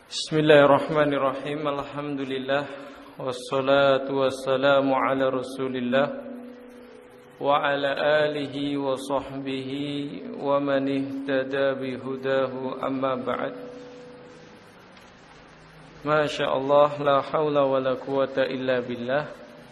Bismillahirrahmanirrahim. Alhamdulillah wassalatu wassalamu ala Rasulillah wa ala alihi wa sahbihi wa man ihtada bihudahu, amma ba'd. Masya Allah, la hawla wa la quwata illa billah.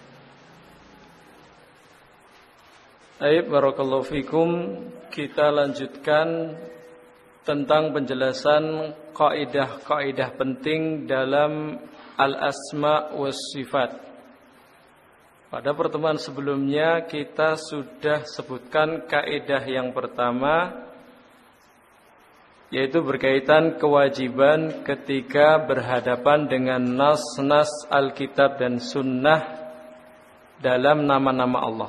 Baik, barakallahu fikum. Kita lanjutkan tentang penjelasan kaidah-kaidah penting dalam al-asma was sifat. Pada pertemuan sebelumnya kita sudah sebutkan kaidah yang pertama, yaitu berkaitan kewajiban ketika berhadapan dengan nas-nas Alkitab dan Sunnah dalam nama-nama Allah.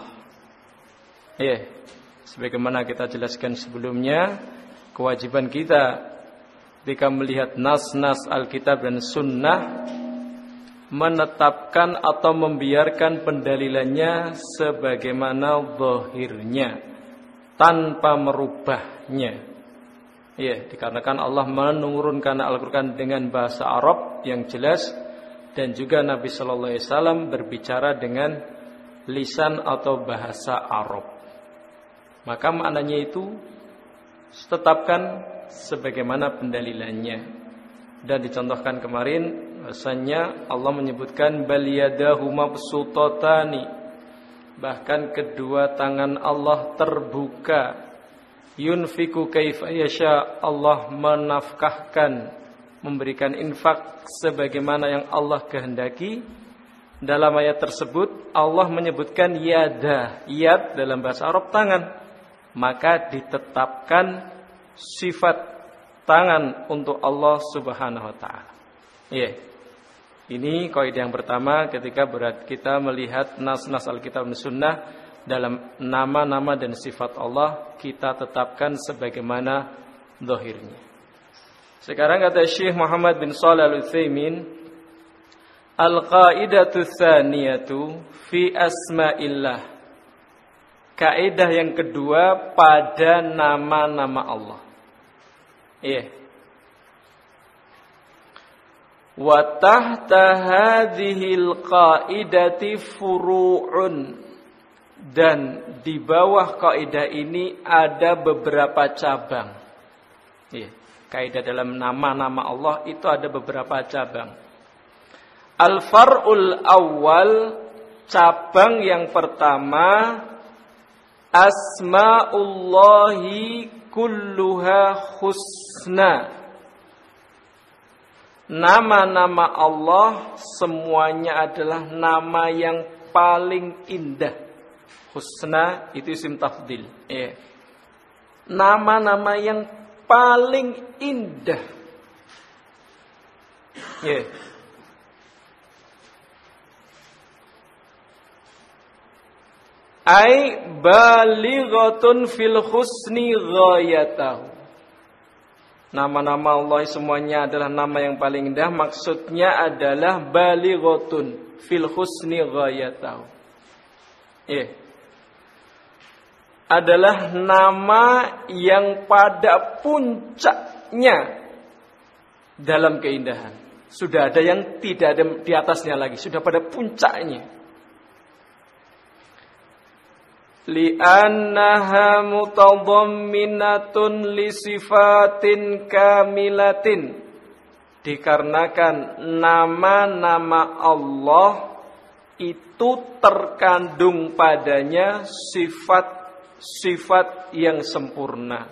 Sebagaimana kita jelaskan sebelumnya, kewajiban kita ketika melihat nas-nas Alkitab dan Sunnah menetapkan atau membiarkan pendalilannya sebagaimana zahirnya tanpa merubahnya. Dikarenakan Allah menurunkan Al-Quran dengan bahasa Arab yang jelas, dan juga Nabi Sallallahu Alaihi Wasallam berbicara dengan lisan atau bahasa Arab. Maka maknanya itu tetapkan sebagaimana pendalilannya. Dan dicontohkan kemarin bahasanya Allah menyebutkan bal yadahu mabsutatani, bahkan kedua tangan Allah terbuka. Yunfiku kaifa yasha, Allah menafkahkan, memberikan infak sebagaimana yang Allah kehendaki. Dalam ayat tersebut Allah menyebutkan yada, yad dalam bahasa Arab tangan, maka ditetapkan sifat tangan untuk Allah Subhanahu wa taala. Ini kaidah yang pertama ketika kita melihat nas-nas Alkitab dan Sunnah dalam nama-nama dan sifat Allah, kita tetapkan sebagaimana zahirnya. Sekarang kata Syekh Muhammad bin Shalih Al-Utsaimin, al-qaidatu tsaniyatu fi asma'illah. Kaidah yang kedua pada nama-nama Allah. Wa tahta hadhil qaidati furu'un, dan di bawah kaidah ini ada beberapa cabang. Kaidah dalam nama-nama Allah itu ada beberapa cabang. Al-far'ul awal, cabang yang pertama, asma'ullahi kulluha husna. Nama-nama Allah semuanya adalah nama yang paling indah. Husna itu isim tafdil. Nama-nama yang paling indah. Ai balighatun fil husni ghayatahu. Nama-nama Allah semuanya adalah nama yang paling indah. Maksudnya adalah balighatun fil husni ghayatahu. Adalah nama yang pada puncaknya dalam keindahan. Sudah ada yang tidak ada di atasnya lagi, sudah pada puncaknya. Li'annaha mutadhamminatun li sifatin kamilatin, dikarenakan nama-nama Allah itu terkandung padanya sifat-sifat yang sempurna.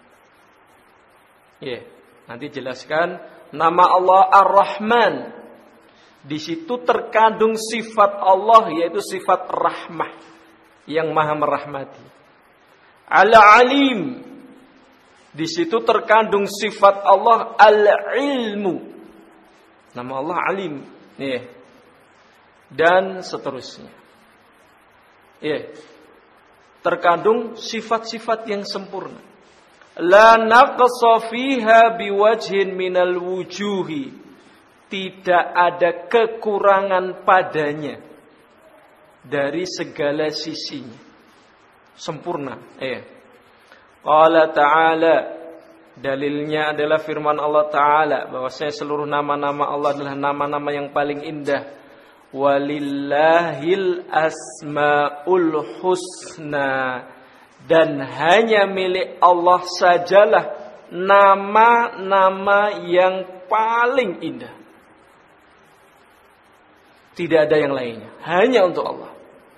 Nanti jelaskan nama Allah Ar-Rahman. Di situ terkandung sifat Allah, yaitu sifat rahmah, yang maha merahmati. Al-Alim, di situ terkandung sifat Allah Al-Ilmu. Nama Allah Alim. Dan seterusnya. Terkandung sifat-sifat yang sempurna. La naqsa fiha biwajhin minal wujuhi. Tidak ada kekurangan padanya dari segala sisinya, sempurna. Qala ta'ala, Dalilnya adalah firman Allah Ta'ala bahwasanya seluruh nama-nama Allah adalah nama-nama yang paling indah. Walillahil asmaul husna, dan hanya milik Allah sajalah nama-nama yang paling indah. Tidak ada yang lainnya, hanya untuk Allah.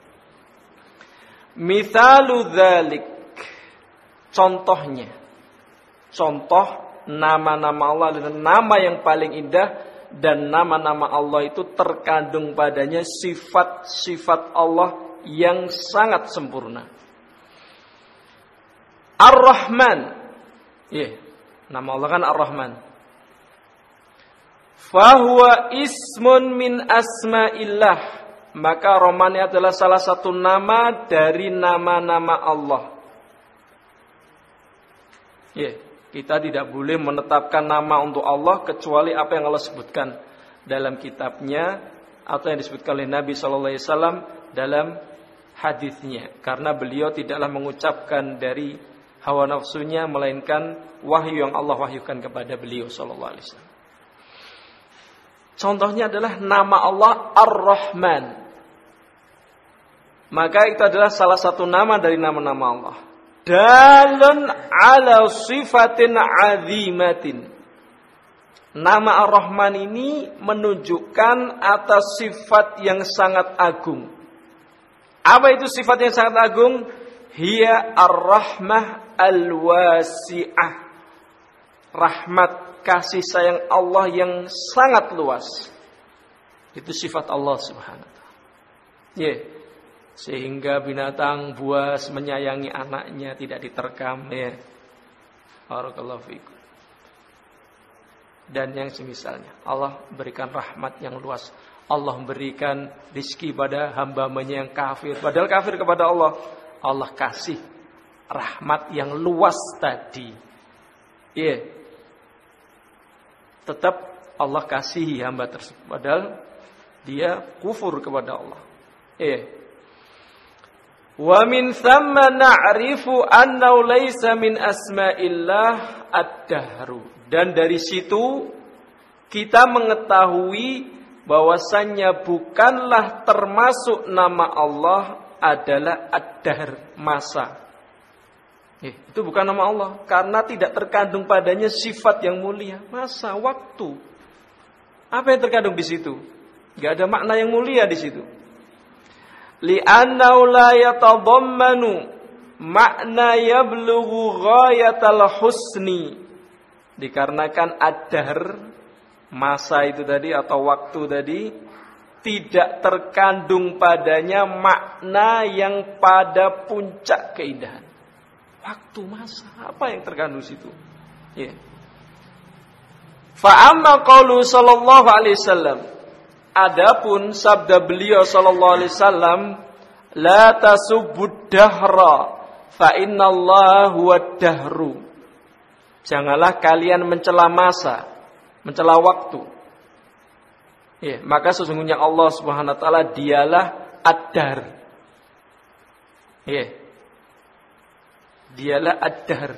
Mithalu dzalik, contohnya, contoh nama-nama Allah adalah nama yang paling indah, dan nama-nama Allah itu terkandung padanya sifat-sifat Allah yang sangat sempurna. Ar-Rahman, nama Allah kan Ar-Rahman. Fahuwa ismun min asma'illah, maka Rahman adalah salah satu nama dari nama-nama Allah. Kita tidak boleh menetapkan nama untuk Allah kecuali apa yang Allah sebutkan dalam kitabnya atau yang disebutkan oleh Nabi SAW dalam hadisnya. Karena beliau tidaklah mengucapkan dari hawa nafsunya, melainkan wahyu yang Allah wahyukan kepada beliau SAW. Contohnya adalah nama Allah Ar-Rahman. Maka itu adalah salah satu nama dari nama-nama Allah. Dalun ala sifatin azimatin. Nama Ar-Rahman ini menunjukkan atas sifat yang sangat agung. Apa itu sifat yang sangat agung? Hiya ar-rahmah al-wasi'ah. Rahmat, kasih sayang Allah yang sangat luas. Itu sifat Allah Subhanahu wa ta'ala. Sehingga binatang buas menyayangi anaknya tidak diterkam, Barakallahu fikum. Dan yang semisalnya, Allah berikan rahmat yang luas. Allah memberikan rizki pada hamba-Nya yang kafir, padahal kafir kepada Allah. Allah kasih rahmat yang luas tadi. Tetap Allah kasihi hamba tersebut, padahal dia kufur kepada Allah. Wa min thamma na'rifu annahu laysa min asma'illah ad-dahru. Dan dari situ kita mengetahui bahwasannya bukanlah termasuk nama Allah adalah ad-dahr, masa. Itu bukan nama Allah karena tidak terkandung padanya sifat yang mulia, masa, waktu. Apa yang terkandung di situ? Enggak ada makna yang mulia di situ. Li'annahu la yatadammanu makna yablughu ghayatal husni. Dikarenakan ad-dahr, masa itu tadi atau waktu tadi, tidak terkandung padanya makna yang pada puncak keindahan. Waktu, masa, apa yang terkandung situ? Fa amma qaulu sallallahu alaihi wasallam, adapun sabda beliau sallallahu alaihi wasallam, la tasubbud dahra fa innallaha huwad dahru. Janganlah kalian mencela masa, mencela waktu. Maka sesungguhnya Allah Subhanahu wa taala dialah ad-dahr. Dialah ad-dahr.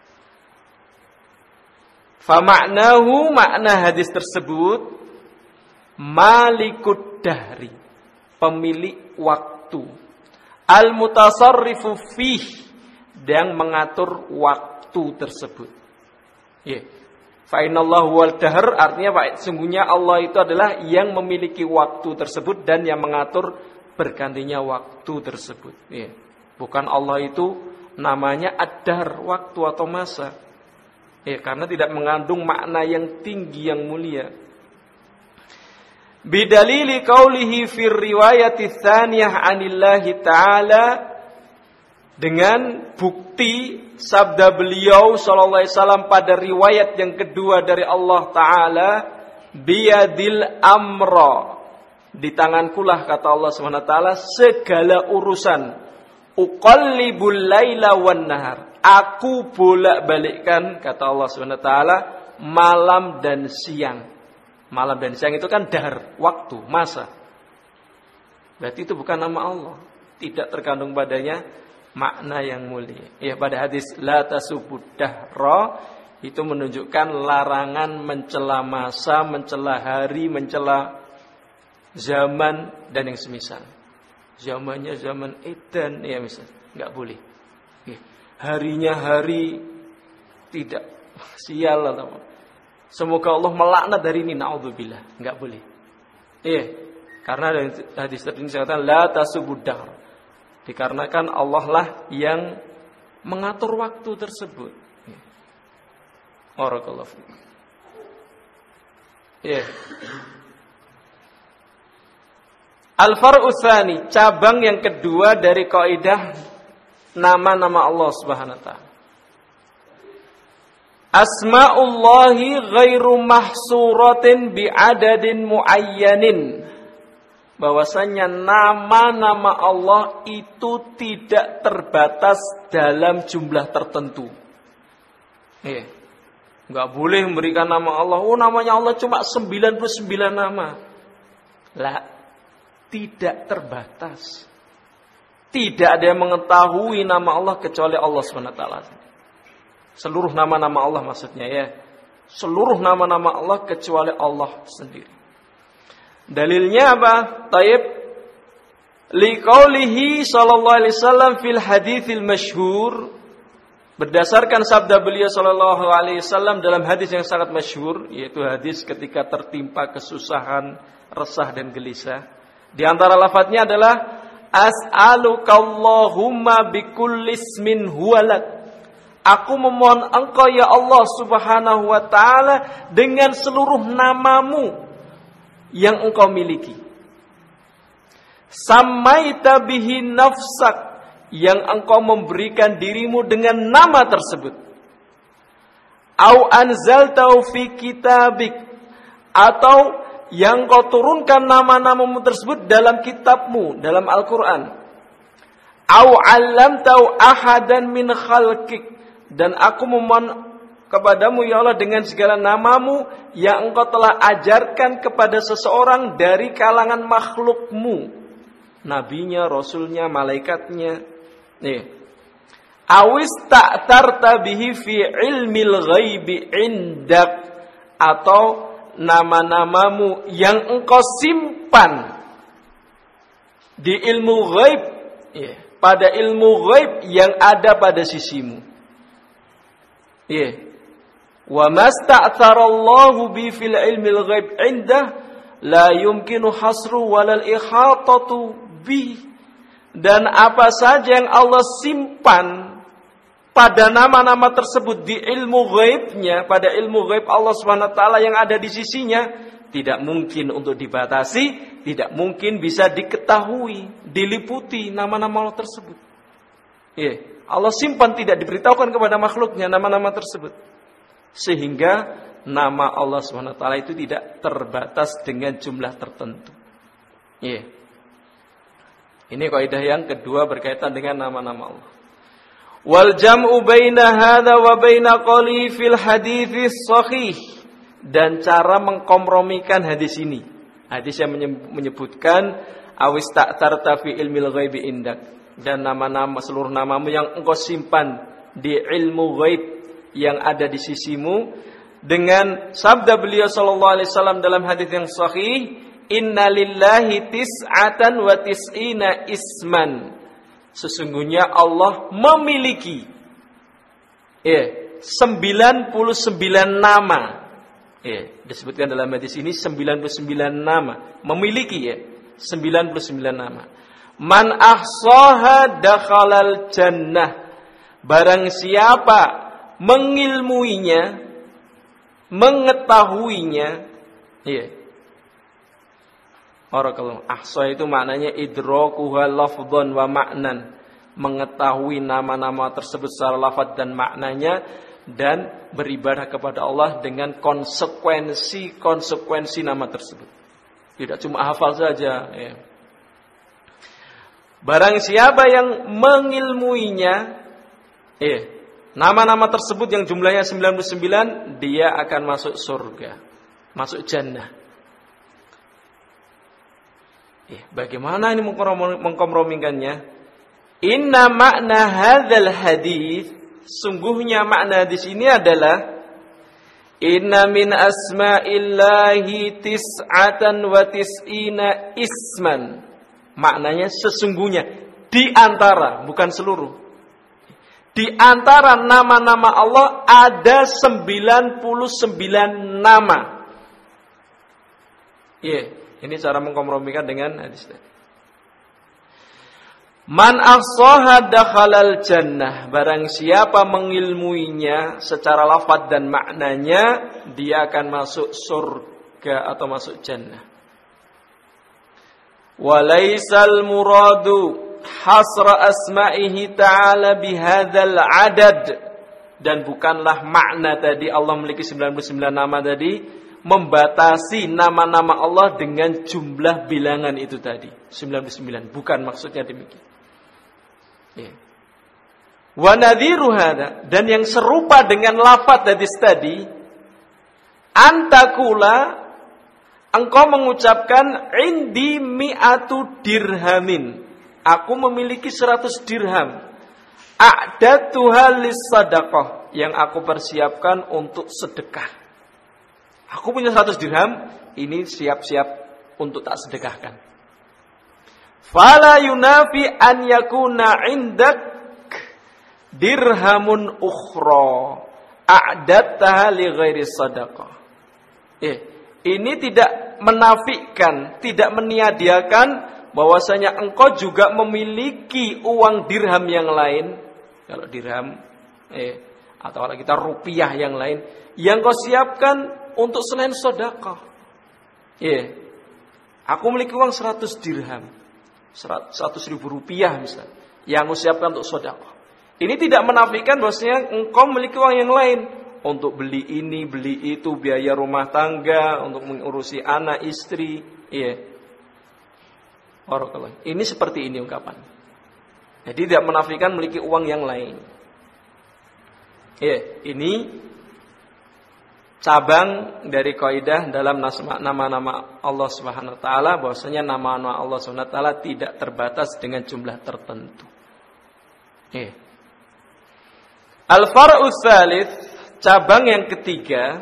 Fa ma'nahu, makna hadis tersebut, malikud dahri, pemilik waktu, al mutasarrifu fih, yang mengatur waktu tersebut. Fa inallahu wal dahr, artinya Pak, sungguhnya Allah itu adalah yang memiliki waktu tersebut dan yang mengatur bergantinya waktu tersebut. Bukan Allah itu namanya ad-dahr, waktu atau masa. Karena tidak mengandung makna yang tinggi, yang mulia. Bidalili qaulihi fir riwayati tsaniyah 'anillahi ta'ala, dengan bukti sabda beliau sallallahu alaihi wasallam pada riwayat yang kedua dari Allah Ta'ala, biyadil amra, di tangankulah, kata Allah Subhanahu wa taala, segala urusan, uqallibul laila wan nahar, aku bolak-balikkan, kata Allah Subhanahu wa taala, malam dan siang. Malam dan siang itu kan dahr, waktu, masa. Berarti itu bukan nama Allah, tidak terkandung padanya makna yang mulia. Pada hadis la tasubud dahra, itu menunjukkan larangan mencela masa, mencela hari, mencela zaman dan yang semisal. Zamannya zaman edan ya misal, enggak boleh. Harinya hari tidak sial atau semoga Allah melaknat hari ini, naudzubillah, enggak boleh. Karena dari hadis tadi disebutkan la tasubud dahr. Dikarenakan Allah lah yang mengatur waktu tersebut. Barakallahu fiik. Al-far'u tsani, cabang yang kedua dari kaidah nama-nama Allah Subhanahu wa taala. Asma'ullahi ghairu mahsuratin bi'adadin muayyanin. Bahwasanya nama-nama Allah itu tidak terbatas dalam jumlah tertentu. Enggak boleh memberikan nama Allah. Namanya Allah cuma 99 nama. Lah, tidak terbatas. Tidak ada yang mengetahui nama Allah kecuali Allah SWT. Seluruh nama-nama Allah maksudnya ya. Seluruh nama-nama Allah kecuali Allah sendiri. Dalilnya apa? Taib. Liqaulihi sallallahu alaihi wasallam fil haditsil masyhur. Berdasarkan sabda beliau sallallahu alaihi wasallam dalam hadis yang sangat masyhur, yaitu hadis ketika tertimpa kesusahan, resah dan gelisah. Di antara lafadznya adalah as'alukallahumma bikulli ismin huwalak. Aku memohon engkau ya Allah subhanahu wa ta'ala dengan seluruh namamu yang engkau miliki. Samaita bihi nafsak, yang engkau memberikan dirimu dengan nama tersebut. Au anzaltau fi kitabik, atau yang kau turunkan nama-namamu tersebut dalam kitabmu, dalam Al-Quran. Au allamtau ahadan min khalqik, dan aku memohon kepadamu ya Allah dengan segala namamu yang engkau telah ajarkan kepada seseorang dari kalangan makhlukmu, nabinya, rasulnya, malaikatnya. Awis ta'tarta bihi fi ilmil ghaibi indak, atau nama-namamu yang engkau simpan di ilmu ghaib, pada ilmu ghaib yang ada pada sisimu. Wa masta'tharallahu bi fil ilmil ghaib indah la yumkinu hasru walal ihatatu bi. Dan apa saja yang Allah simpan pada nama-nama tersebut di ilmu ghaibnya, pada ilmu ghaib Allah Subhanahu wa taala yang ada di sisinya, tidak mungkin untuk dibatasi, tidak mungkin bisa diketahui, diliputi nama-nama Allah tersebut. Allah simpan, tidak diberitahukan kepada makhluknya nama-nama tersebut. Sehingga nama Allah Subhanahu wa taala itu tidak terbatas dengan jumlah tertentu. Ini kaidah yang kedua berkaitan dengan nama-nama Allah. Wal jam'u baina hadza wa baina qali fil hadits sahih, dan cara mengkompromikan hadis ini. Hadis yang menyebutkan awis ta'tarta fi ilmil ghaibi indak, dan nama-nama seluruh namamu yang engkau simpan di ilmu ghaib yang ada di sisimu, dengan sabda beliau sallallahu alaihi wasallam dalam hadis yang sahih, inna lillahi tis'atan wa tis'ina isman. Sesungguhnya Allah memiliki 99 nama. Disebutkan dalam hadis ini 99 nama. Memiliki 99 nama. Man ahsaha dakhalal jannah. Barang siapa mengilmuinya, mengetahuinya, Barakallahu. Ahsa itu maknanya idrakuha lafdhan wa ma'nan, mengetahui nama-nama tersebut secara lafaz dan maknanya, dan beribadah kepada Allah dengan konsekuensi nama tersebut. Tidak cuma hafal saja. Barang siapa yang mengilmuinya, nama-nama tersebut yang jumlahnya 99, dia akan masuk surga, masuk jannah. Bagaimana ini mengkompromikannya? Inna makna hadzal hadis, sungguhnya makna di sini adalah Inna min asma'illahi tis'atan wa tis'ina isman. Maknanya sesungguhnya di antara, bukan seluruh. Di antara nama-nama Allah ada 99 nama. Ini cara mengkompromikan dengan hadis tadi. Man ahsaha dakhalal jannah. Barang siapa mengilmuinya secara lafaz dan maknanya, dia akan masuk surga atau masuk jannah. Walaisal muradu hasra asma'ihi ta'ala bihadzal adad. Dan bukanlah makna tadi Allah memiliki 99 nama tadi membatasi nama-nama Allah dengan jumlah bilangan itu tadi 99. Bukan maksudnya demikian. Wa nadhiru hada, dan yang serupa dengan lafaz tadi antakula, engkau mengucapkan indi mi'atu dirhamin, aku memiliki 100 dirham, a'datuha lis-sadaqah, yang aku persiapkan untuk sedekah. Aku punya 100 dirham, ini siap-siap untuk tak sedekahkan. Fala yunafi an yakuna indak dirhamun ukhra a'dattaha li ghairi sadaqah. Ini tidak menafikan, tidak meniadakan bahwasanya engkau juga memiliki uang dirham yang lain. Kalau dirham atau kalau kita rupiah yang lain yang kau siapkan untuk selain sedekah. Aku memiliki uang 100 dirham. 100.000 rupiah misalnya yang usiapkan untuk sedekah. Ini tidak menafikan bahwasanya engkau memiliki uang yang lain untuk beli ini, beli itu, biaya rumah tangga, untuk mengurusi anak, istri. Barakallah. Ini seperti ini ungkapan. Jadi tidak menafikan memiliki uang yang lain. Ini cabang dari kaidah dalam nama-nama Allah Subhanahu wa taala, bahwasanya nama-nama Allah Subhanahu wa taala tidak terbatas dengan jumlah tertentu. Al-far'u tsalits, cabang yang ketiga,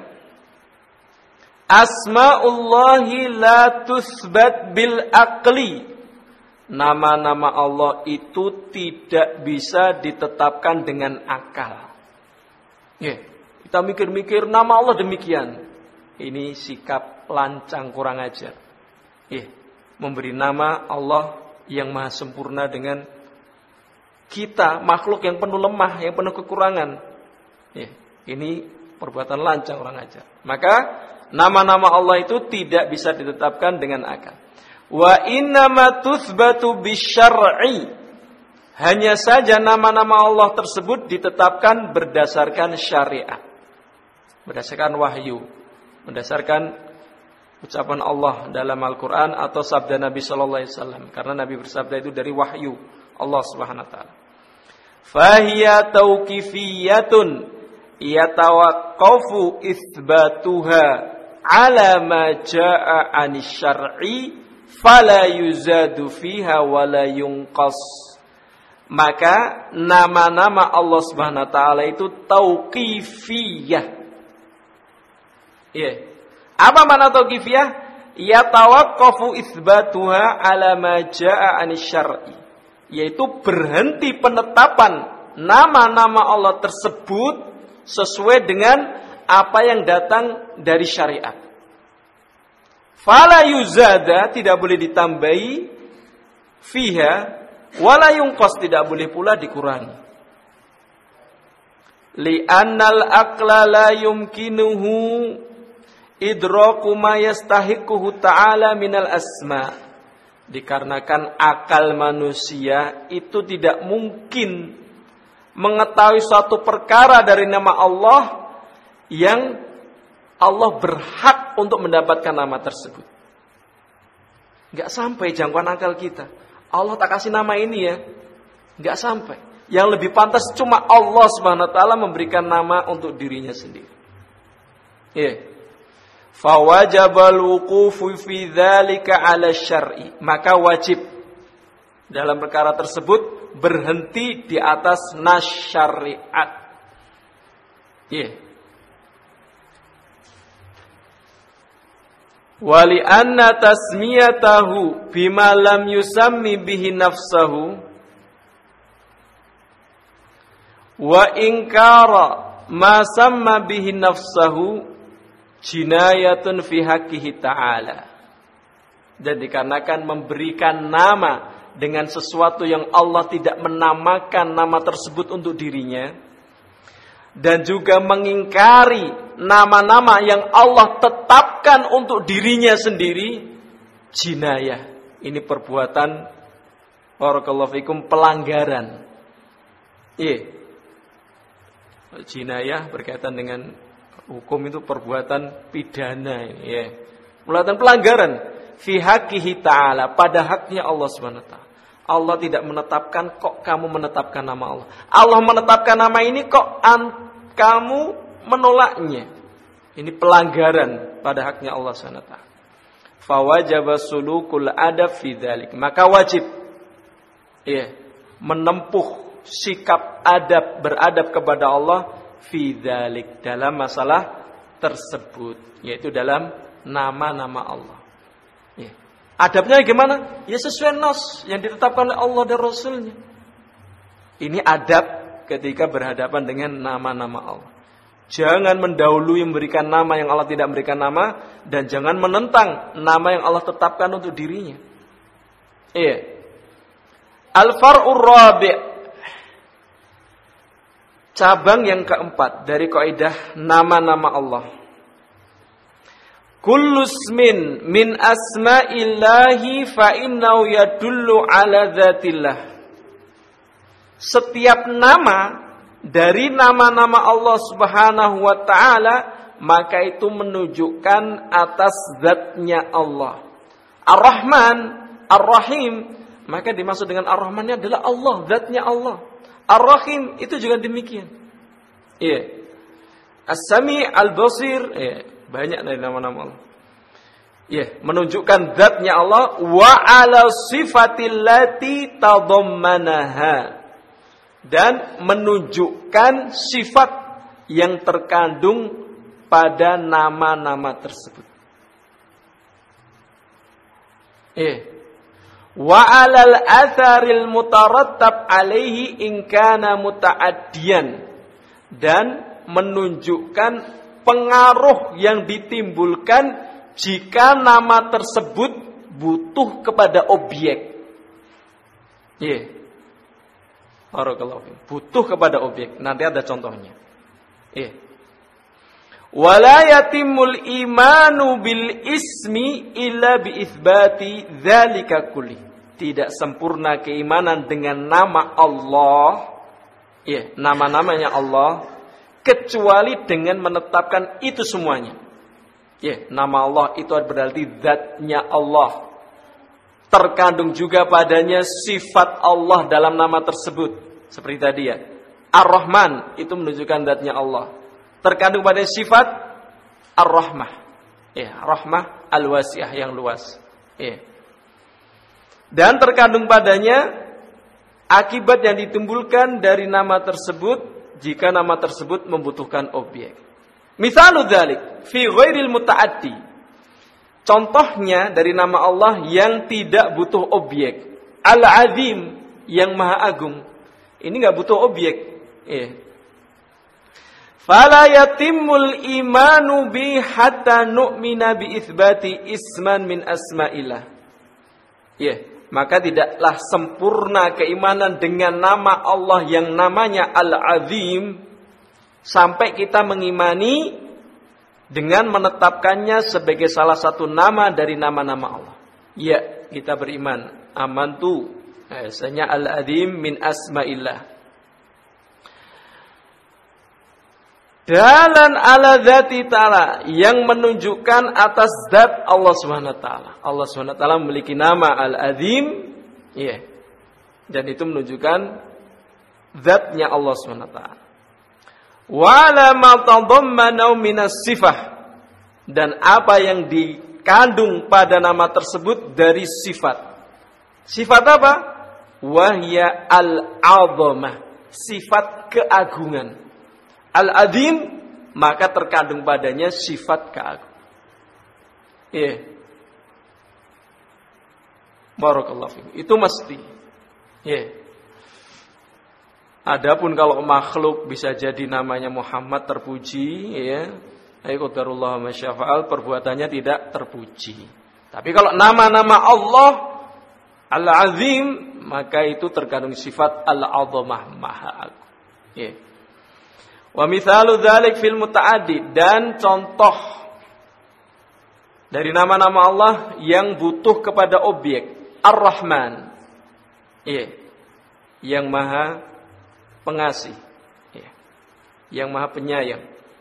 asmaullahi la tusbat bil aqli. Nama-nama Allah itu tidak bisa ditetapkan dengan akal. Kita mikir-mikir nama Allah demikian. Ini sikap lancang, kurang ajar. Memberi nama Allah yang maha sempurna dengan kita, makhluk yang penuh lemah, yang penuh kekurangan. Ini perbuatan lancang, kurang ajar. Maka nama-nama Allah itu tidak bisa ditetapkan dengan akal. Wa innama tuthbatu bisyar'i. Hanya saja nama-nama Allah tersebut ditetapkan berdasarkan syariat, berdasarkan wahyu, berdasarkan ucapan Allah dalam Al-Quran atau sabda Nabi Sallallahu Alaihi Wasallam. Karena Nabi bersabda itu dari wahyu Allah Subhanahu Wa Taala. Fahiya tauqifiyatun yatawaqqafu itsbatuha ala ma jaa 'anis syar'i fala yuzadu fiha wala yunqas. Maka nama-nama Allah Subhanahu Wa Taala itu tauqifiyah. Apa makna tauqifiyah? Yatawaqqafu itsbatuha ala ma jaa 'anis syar'i, yaitu berhenti penetapan nama-nama Allah tersebut sesuai dengan apa yang datang dari syariat. Fala yuzada, tidak boleh ditambahi, fiha wala yunqas, tidak boleh pula dikurangi. Li'annal aqla la yumkinuhu idraku ma yastahiquhu ta'ala minal asma. Dikarenakan akal manusia itu tidak mungkin mengetahui suatu perkara dari nama Allah yang Allah berhak untuk mendapatkan nama tersebut. Enggak sampai jangkauan akal kita. Allah tak kasih nama ini ya, enggak sampai. Yang lebih pantas cuma Allah Subhanahu wa taala memberikan nama untuk dirinya sendiri. Fawajabal wuqufu fi dzalika 'ala syar'i. Maka wajib dalam perkara tersebut berhenti di atas nas syariat. Wali anna tasmiyatahu bima lam yusammi bihi nafsahu wa inkara ma samma bihi nafsahu jinayatun fi haqqihi ta'ala. Dan dikarenakan memberikan nama dengan sesuatu yang Allah tidak menamakan nama tersebut untuk dirinya, dan juga mengingkari nama-nama yang Allah tetapkan untuk dirinya sendiri, jinayah. Ini perbuatan, barakallahu fikum, pelanggaran. Iya. Jinayah berkaitan dengan hukum itu perbuatan pidana. Iya. Perbuatan pelanggaran fi haqqihi ta'ala, pada haknya Allah Subhanahu wa taala. Allah tidak menetapkan, kok kamu menetapkan nama Allah. Allah menetapkan nama ini, kok kamu menolaknya. Ini pelanggaran pada haknya Allah SWT. Fawajaba sulukul adab fi dzalik. Maka wajib menempuh sikap adab, beradab kepada Allah fi dzalik, dalam masalah tersebut, yaitu dalam nama-nama Allah. Adabnya gimana? Ya sesuai nas yang ditetapkan oleh Allah dan Rasulnya. Ini adab ketika berhadapan dengan nama-nama Allah. Jangan mendahului memberikan nama yang Allah tidak memberikan nama, dan jangan menentang nama yang Allah tetapkan untuk dirinya. Al-far'ur rabi', cabang yang keempat dari kaidah nama-nama Allah. Kullu ismin min asma'illahi fa innahu yadullu ala dzatillah. Setiap nama dari nama-nama Allah Subhanahu wa taala, maka itu menunjukkan atas zatnya Allah. Ar-Rahman, Ar-Rahim, maka dimaksud dengan Ar-Rahmannya adalah Allah, zatnya Allah. Ar-Rahim itu juga demikian. As-Sami', Al-Basir, banyak dari nama-nama Allah. Menunjukkan zatnya Allah, wa ala sifatil lati tadammanaha, dan menunjukkan sifat yang terkandung pada nama-nama tersebut. Wa alal atharil mutarattab alaihi in kana mutaaddiyan, dan menunjukkan pengaruh yang ditimbulkan jika nama tersebut butuh kepada objek. Butuh kepada objek. Nanti ada contohnya. Wala yatimul imanu bil ismi illa bi itsbati dzalika kulli. Tidak sempurna keimanan dengan nama Allah, nama-namanya Allah, kecuali dengan menetapkan itu semuanya. Nama Allah itu berarti zatnya Allah. Terkandung juga padanya sifat Allah dalam nama tersebut. Seperti tadi Ar-Rahman itu menunjukkan zatnya Allah. Terkandung pada sifat Ar-Rahmah. Rahmah al-wasi'ah, yang luas. Dan terkandung padanya akibat yang ditimbulkan dari nama tersebut jika nama tersebut membutuhkan objek. Misalu dzalik fi ghairil mutaaddi. Contohnya dari nama Allah yang tidak butuh objek. Al-Azim, yang Maha Agung. Ini enggak butuh objek. Fala yatimmul imanu bi hatta nu'mina bi itsbati isman min asma'illah. Maka tidaklah sempurna keimanan dengan nama Allah yang namanya Al-Azim sampai kita mengimani dengan menetapkannya sebagai salah satu nama dari nama-nama Allah. Kita beriman. Amantu, bahasanya Al-Azim min asma'illah. Dalan ala dzati ta'ala, yang menunjukkan atas zat Allah Subhanahu wa taala. Allah Subhanahu wa taala memiliki nama Al-Azim, dan itu menunjukkan zatnya Allah Subhanahu wa taala. Wa la ma tadammana minas sifah, dan apa yang dikandung pada nama tersebut dari sifat. Sifat apa? Wahya al-'azamah, sifat keagungan. Al-Azim, maka terkandung padanya sifat keagungan. Iya. Barakallahu fikum. Itu mesti. Iya. Adapun kalau makhluk bisa jadi namanya Muhammad terpuji, ya. Qadarullah ma syafa'al, perbuatannya tidak terpuji. Tapi kalau nama-nama Allah Al-Azim, maka itu terkandung sifat Al-Azamah, Maha Agung. Ya. Wa mithalu dzalik fil muta'addi, dan contoh dari nama-nama Allah yang butuh kepada objek, Ar-Rahman. Ya. Yang Maha Pengasih. Ya. Yang Maha Penyayang.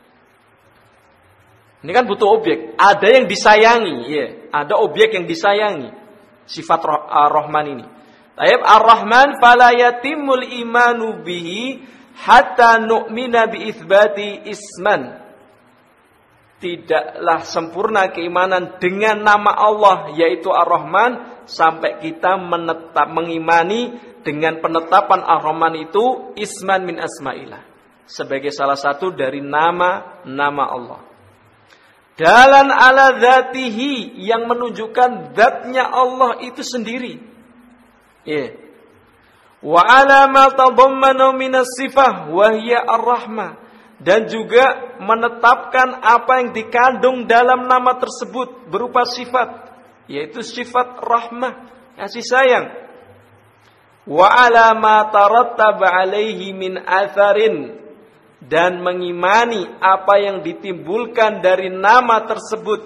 Ini kan butuh objek. Ada yang disayangi, ya. Ada objek yang disayangi. Sifat Ar-Rahman ini. Taib Ar-Rahman fala yatimul imanu bihi hatta nu'mina bi itsbati isman. Tidaklah sempurna keimanan dengan nama Allah yaitu Ar-Rahman sampai kita mengimani dengan penetapan Ar-Rahman itu isman min asma'illah, sebagai salah satu dari nama-nama Allah. Dalan ala dzatihi, yang menunjukkan zatnya Allah itu sendiri. Ya. Wa ala ma tadammana minas sifah wa hiya ar-rahmah, dan juga menetapkan apa yang dikandung dalam nama tersebut berupa sifat, yaitu sifat rahmah, kasih sayang. Wa ala ma tarattaba alaihi min atharin, dan mengimani apa yang ditimbulkan dari nama tersebut.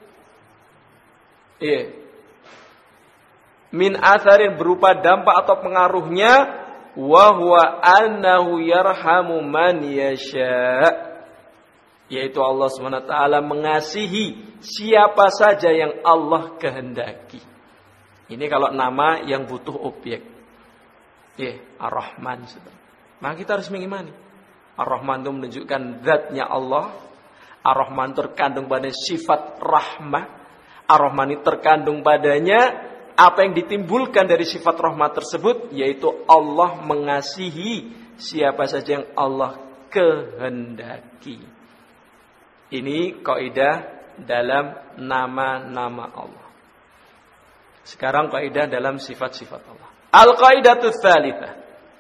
Iya. Min atharin, berupa dampak atau pengaruhnya, wa huwa annahu yarhamu man yasha, yaitu Allah SWT mengasihi siapa saja yang Allah kehendaki. Ini kalau nama yang butuh objek. Ar-Rahman. Maka kita harus mengimani Ar-Rahman itu menunjukkan zatnya Allah. Ar-Rahman terkandung pada sifat rahmah. Ar-Rahman itu terkandung padanya apa yang ditimbulkan dari sifat rahmat tersebut, yaitu Allah mengasihi siapa saja yang Allah kehendaki. Ini kaidah dalam nama-nama Allah. Sekarang kaidah dalam sifat-sifat Allah. Al-qaidatu tsalitsah.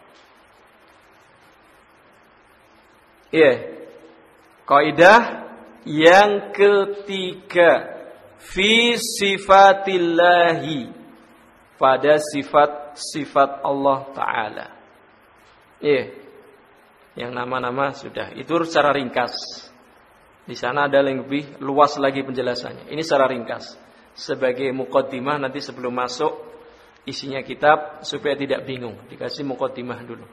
Kaidah yang ketiga, fi sifatillahi, pada sifat-sifat Allah Ta'ala. Yang nama-nama sudah. Itu secara ringkas. Di sana ada yang lebih luas lagi penjelasannya. Ini secara ringkas. Sebagai muqaddimah nanti sebelum masuk isinya kitab, supaya tidak bingung. Dikasih muqaddimah dulu.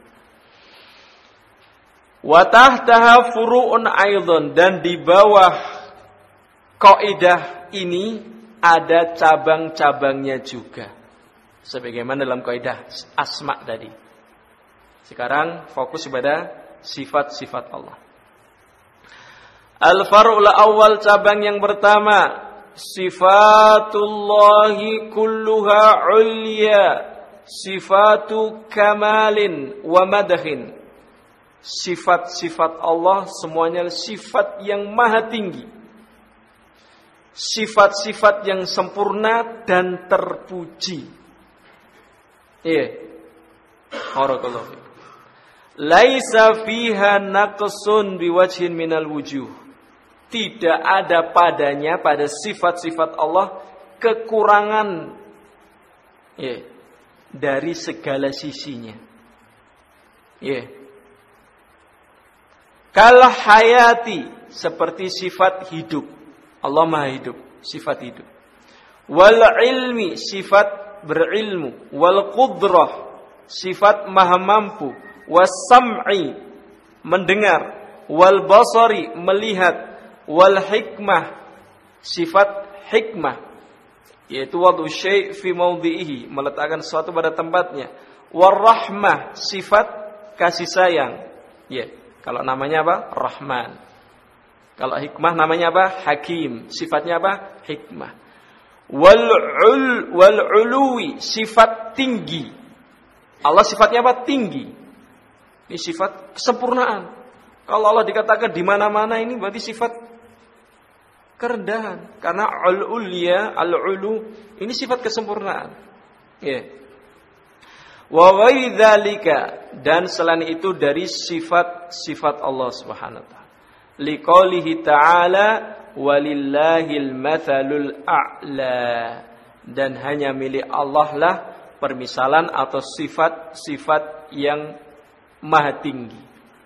Wa tahtaha furu'un aidon, dan di bawah kaidah ini ada cabang-cabangnya juga. Sebagaimana dalam kaidah asma tadi. Sekarang fokus pada sifat-sifat Allah. Al-far'ul awal, cabang yang pertama, sifatullahi kulluha ulya, sifatu kamalin wa madhin. Sifat-sifat Allah semuanya sifat yang maha tinggi, sifat-sifat yang sempurna dan terpuji. Barakallahu. Laisa fiha naqsun biwajhin minal wujuh. Tidak ada padanya, pada sifat-sifat Allah, kekurangan dari segala sisinya. Kal hayati, seperti sifat hidup. Allah maha hidup, sifat hidup. Wal ilmi, sifat berilmu. Wal qudrah, sifat maha mampu. Was sam'i, mendengar. Wal basari, melihat. Wal hikmah, sifat hikmah, yaitu wad'u syai' fi mawdhi'ihi, meletakkan sesuatu pada tempatnya. War rahmah, sifat kasih sayang. Kalau namanya apa? Rahman. Kalau hikmah namanya apa? Hakim. Sifatnya apa? Hikmah. Wal uluwi, sifat tinggi. Allah sifatnya apa? Tinggi. Ini sifat kesempurnaan. Kalau Allah dikatakan di mana-mana, ini berarti sifat kerendahan. Karena al-ulya, al-ulu ini sifat kesempurnaan. Ya. Wa ghairi dzalika, dan selain itu dari sifat-sifat Allah Subhanahu wa taala. Liqaulihi ta'ala walillahil matsalul a'la, dan hanya milik Allah lah permisalan atau sifat-sifat yang maha tinggi.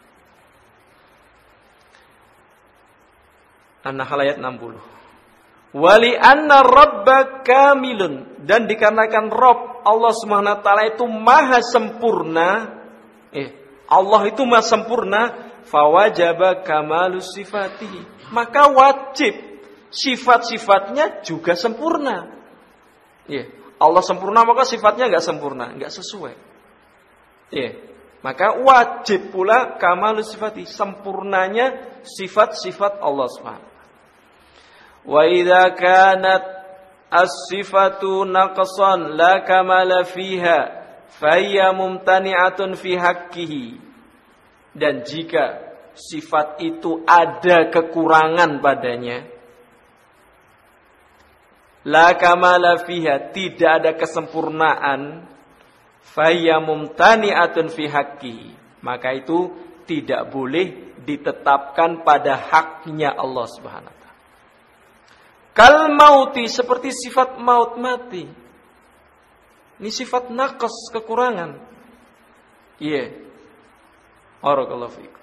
An-Nahl ayat 60. Wali anna rabbaka kamilun, dan dikarenakan Rabb Allah Subhanahu wa taala itu maha sempurna, Allah itu maha sempurna, fawajaba kamalus sifatihi, maka wajib sifat-sifatnya juga sempurna. Allah sempurna maka sifatnya enggak sempurna, enggak sesuai. Maka wajib pula kamalus sifati, sempurnanya sifat-sifat Allah Subhanahu. Wa idza kanat as-sifatu naqsan la kamala fiha fa hiya mumtani'atun fi haqqihi. Dan jika sifat itu ada kekurangan padanya, la kamala fiha, tidak ada kesempurnaan, fa hiya mumtani'atun fi haqqihi, maka itu tidak boleh ditetapkan pada haknya Allah Subhanahu wa taala. Kal mauti, seperti sifat maut, mati. Ini sifat naqas, kekurangan. Barakallahu fiik.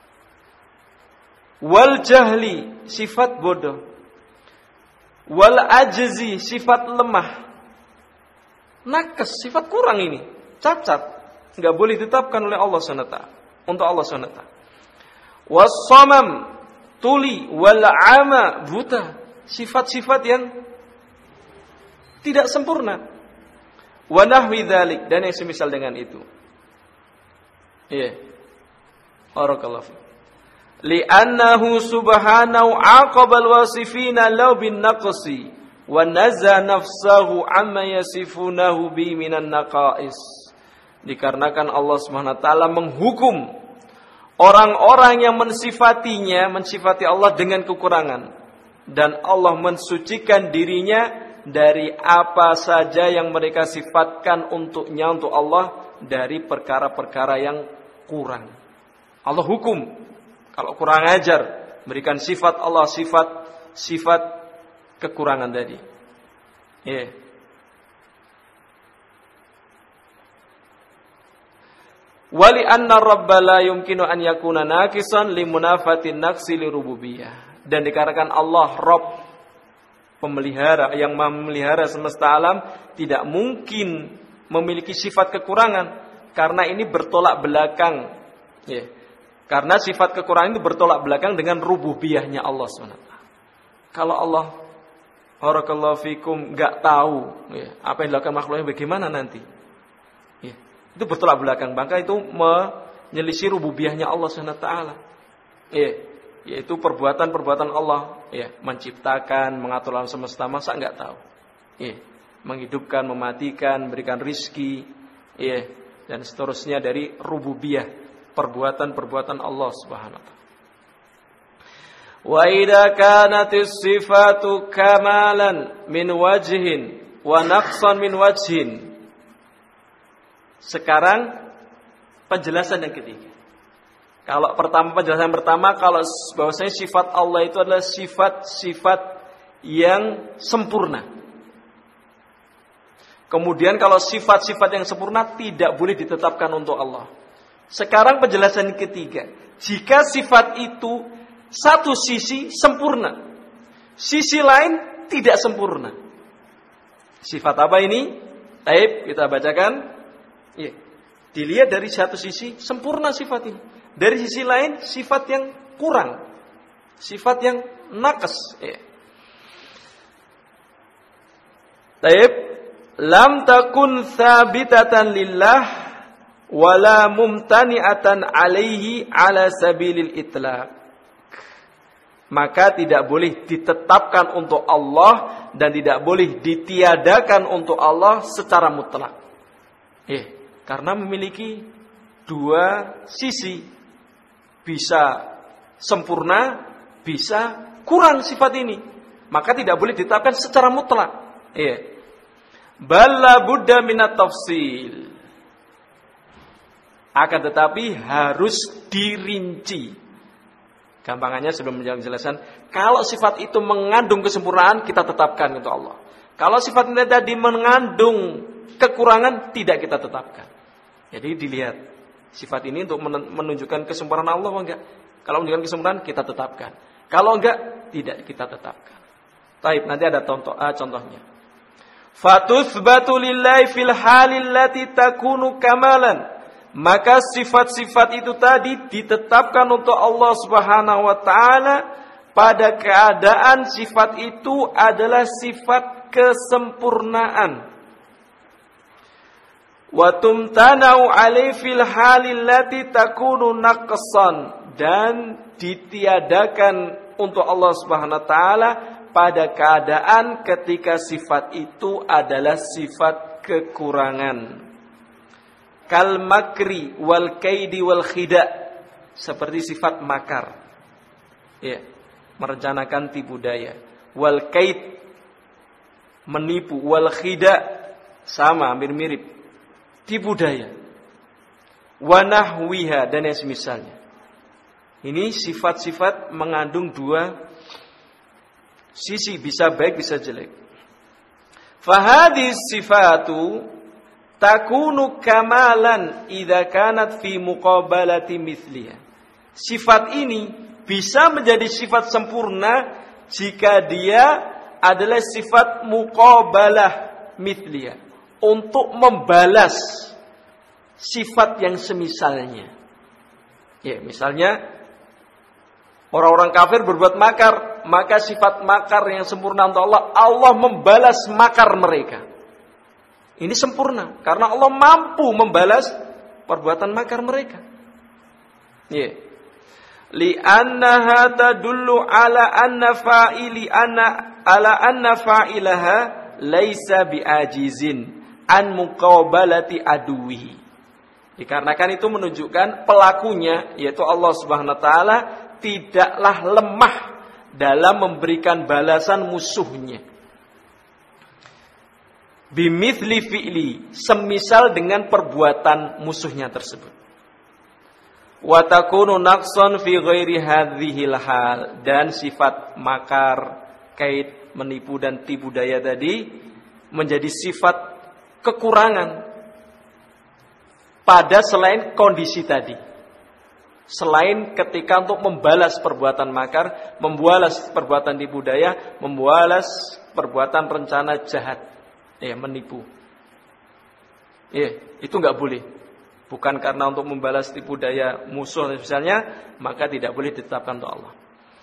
Wal jahli, sifat bodoh. Wal ajzi, sifat lemah. Naqas, sifat kurang ini, cacat, enggak boleh ditetapkan oleh Allah SWT, untuk Allah SWT. Was samam, tuli, wal ama, buta. Sifat-sifat yang tidak sempurna. Wa nahwi dzalik, dan yang semisal dengan itu. Barakallahu fiik. Li'annahu subhanahu aqabal wasifina law bin naqsi wa nazza nafsahu amma yasifunahu bi minan naqais. Dikarenakan Allah Subhanahu wa taala menghukum orang-orang yang mensifati Allah dengan kekurangan, dan Allah mensucikan dirinya dari apa saja yang mereka sifatkan untuknya, untuk Allah, dari perkara-perkara yang kurang. Allah hukum kalau kurang ajar, berikan sifat Allah sifat kekurangan tadi. Wali anna rabba la yumkinu an yakuna naqisan limunafatin naqsi lirububiyyah. Dan dikarenakan Allah Rabb, pemelihara yang memelihara semesta alam, tidak mungkin memiliki sifat kekurangan, karena ini bertolak belakang. Karena sifat kekurangan itu bertolak belakang dengan rububiyahnya Allah SWT. Kalau Allah, barakallahu fikum, enggak tahu apa yang dilakukan makhluknya bagaimana nanti, itu bertolak belakang, maka itu menyelisih rububiyahnya Allah SWT. Yaitu perbuatan-perbuatan Allah, menciptakan, mengatur alam semesta, masa enggak tahu? Menghidupkan, mematikan, berikan rizki, dan seterusnya dari rububiyah, perbuatan-perbuatan Allah Subhanahu wa taala. Wa idza kanatis sifatu kamalan min wajhin wa naqsan min wajhin. Sekarang penjelasan yang ketiga. Kalau penjelasan pertama, kalau bahwasanya sifat Allah itu adalah sifat-sifat yang sempurna. Kemudian kalau sifat-sifat yang sempurna tidak boleh ditetapkan untuk Allah. Sekarang penjelasan ketiga. Jika sifat itu satu sisi sempurna, sisi lain tidak sempurna. Sifat apa ini? Baik, kita bacakan. Dilihat dari satu sisi sempurna sifat ini. Dari sisi lain sifat yang kurang, sifat yang naqas. Taib, lam takun tsabitatan lillah wala mumtani'atan alaihi ala sabilil itlaq. Maka tidak boleh ditetapkan untuk Allah dan tidak boleh ditiadakan untuk Allah secara mutlak. Karena memiliki dua sisi. Bisa sempurna, bisa kurang sifat ini. maka tidak boleh ditetapkan secara mutlak. Iya. Balla budda minat tafsil. Akan tetapi harus dirinci. Gampangannya sebelum menjelaskan, kalau sifat itu mengandung kesempurnaan, kita tetapkan untuk Allah. Kalau sifat ini tadi mengandung kekurangan, tidak kita tetapkan. Jadi dilihat sifat ini untuk menunjukkan kesempurnaan Allah enggak. Kalau menunjukkan kesempurnaan, kita tetapkan. Kalau enggak, tidak kita tetapkan. Baik, nanti ada contohnya. Fatuthbatu lillahi fil halil lati takunu kamalan. Maka sifat-sifat itu tadi ditetapkan untuk Allah Subhanahu wa taala pada keadaan sifat itu adalah sifat kesempurnaan. Wa tumtanau alai fil halil lati takunu naqsan, dan ditiadakan untuk Allah Subhanahu wa taala pada keadaan ketika sifat itu adalah sifat kekurangan. Kal makri wal kaidi wal khida, seperti sifat makar. Ya, merencanakan tipu daya. Wal kaid, menipu. Wal khida, sama, hampir mirip. Tipu daya. Wa nahwiha, dan yang semisalnya. Ini sifat-sifat mengandung dua sisi, bisa baik bisa jelek. Fahadhis sifatu takunu kamalan idza kanat fi muqabalati mithliha. Sifat ini bisa menjadi sifat sempurna jika dia adalah sifat muqabalah mithliha, untuk membalas sifat yang semisalnya. Ya, misalnya orang-orang kafir berbuat makar, maka sifat makar yang sempurna untuk Allah, Allah membalas makar mereka. Ini sempurna karena Allah mampu membalas perbuatan makar mereka. Ya. Li'annaha tadullu ala anna fa'ilaha laisa bi'ajizin an muqabalati aduwihi. Dikarenakan itu menunjukkan pelakunya, yaitu Allah Subhanahu wa taala, tidaklah lemah dalam memberikan balasan musuhnya. Bimithli fi'li, semisal dengan perbuatan musuhnya tersebut. Wa takunu naqsan fi ghairi hadhil hal, dan sifat makar, kaid, menipu dan tipu daya tadi menjadi sifat kekurangan pada selain kondisi tadi. Selain ketika untuk membalas perbuatan makar, membalas perbuatan tipu daya, membalas perbuatan rencana jahat, menipu. Itu enggak boleh. Bukan karena untuk membalas tipu daya musuh misalnya, maka tidak boleh ditetapkan untuk Allah.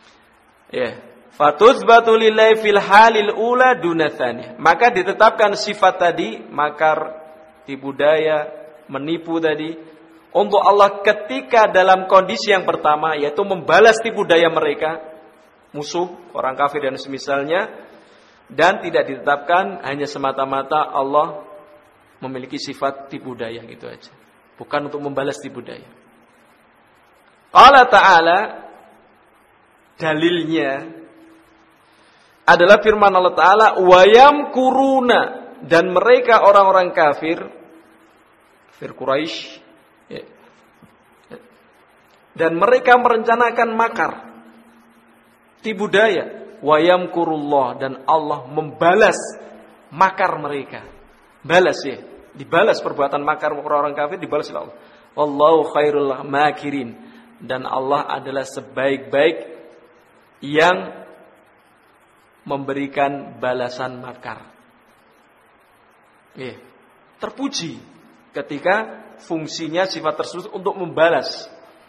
Fatuzbatu lillahi fil halil ula dunatsani. Maka ditetapkan sifat tadi, makar, tipu daya, menipu tadi, untuk Allah ketika dalam kondisi yang pertama, yaitu membalas tipu daya mereka, musuh, orang kafir dan semisalnya, dan tidak ditetapkan hanya semata-mata Allah memiliki sifat tipu daya, gitu aja. Bukan untuk membalas tipu daya. Allah Ta'ala, dalilnya adalah firman Allah Ta'ala, wayam kuruna, dan mereka orang-orang kafir Quraisy, dan mereka merencanakan makar, tipu daya, wayam kurullah, dan Allah membalas makar mereka. Balas dibalas perbuatan makar orang-orang kafir, dibalas oleh Allah. Wallahu khairul makirin, dan Allah adalah sebaik-baik yang memberikan balasan makar. Terpuji ketika fungsinya sifat tersebut untuk membalas.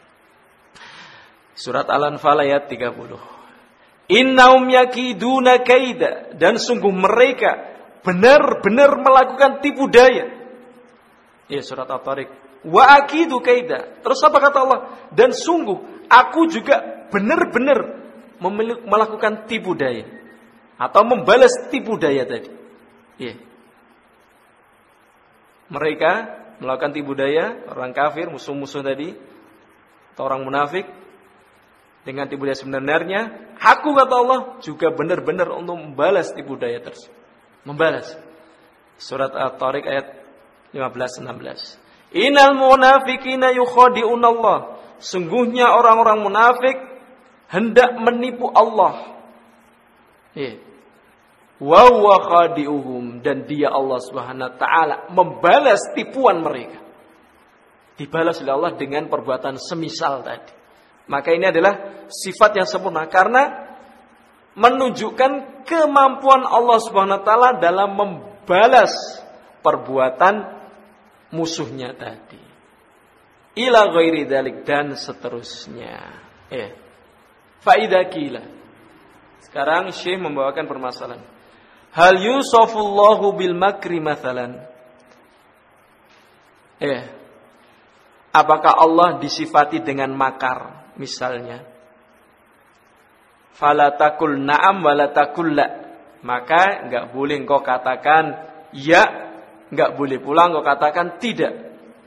Surat Al-Anfal ayat 30. Innahum yakiduna kaida, dan sungguh mereka benar-benar melakukan tipu daya. Surat At-Tariq. Wa akidu kaida. Terus apa kata Allah? Dan sungguh aku juga benar-benar melakukan tipu daya, atau membalas tipu daya tadi. Mereka melakukan tipu daya, orang kafir, musuh-musuh tadi, atau orang munafik, dengan tipu daya sebenarnya, aku kata Allah juga benar-benar untuk membalas tipu daya tersebut. Membalas. Surat At-Tariq ayat 15-16. Innal munafiqina yukhadi'una Allah. Sungguhnya orang-orang munafik hendak menipu Allah. Wa huwa khadi'uhum, dan dia Allah Subhanahu wa taala membalas tipuan mereka. Dibalas oleh Allah dengan perbuatan semisal tadi. Maka ini adalah sifat yang sempurna karena menunjukkan kemampuan Allah Subhanahu wa taala dalam membalas perbuatan musuhnya tadi. Ila ghairi dzalik, dan seterusnya. Faida qila. Sekarang Syekh membawakan permasalahan. Hal yusafullahu bil makri mathalan. Apakah Allah disifati dengan makar misalnya? Fala taqul na'am wala taqul la. Maka enggak boleh engkau katakan ya, enggak boleh pula engkau katakan tidak.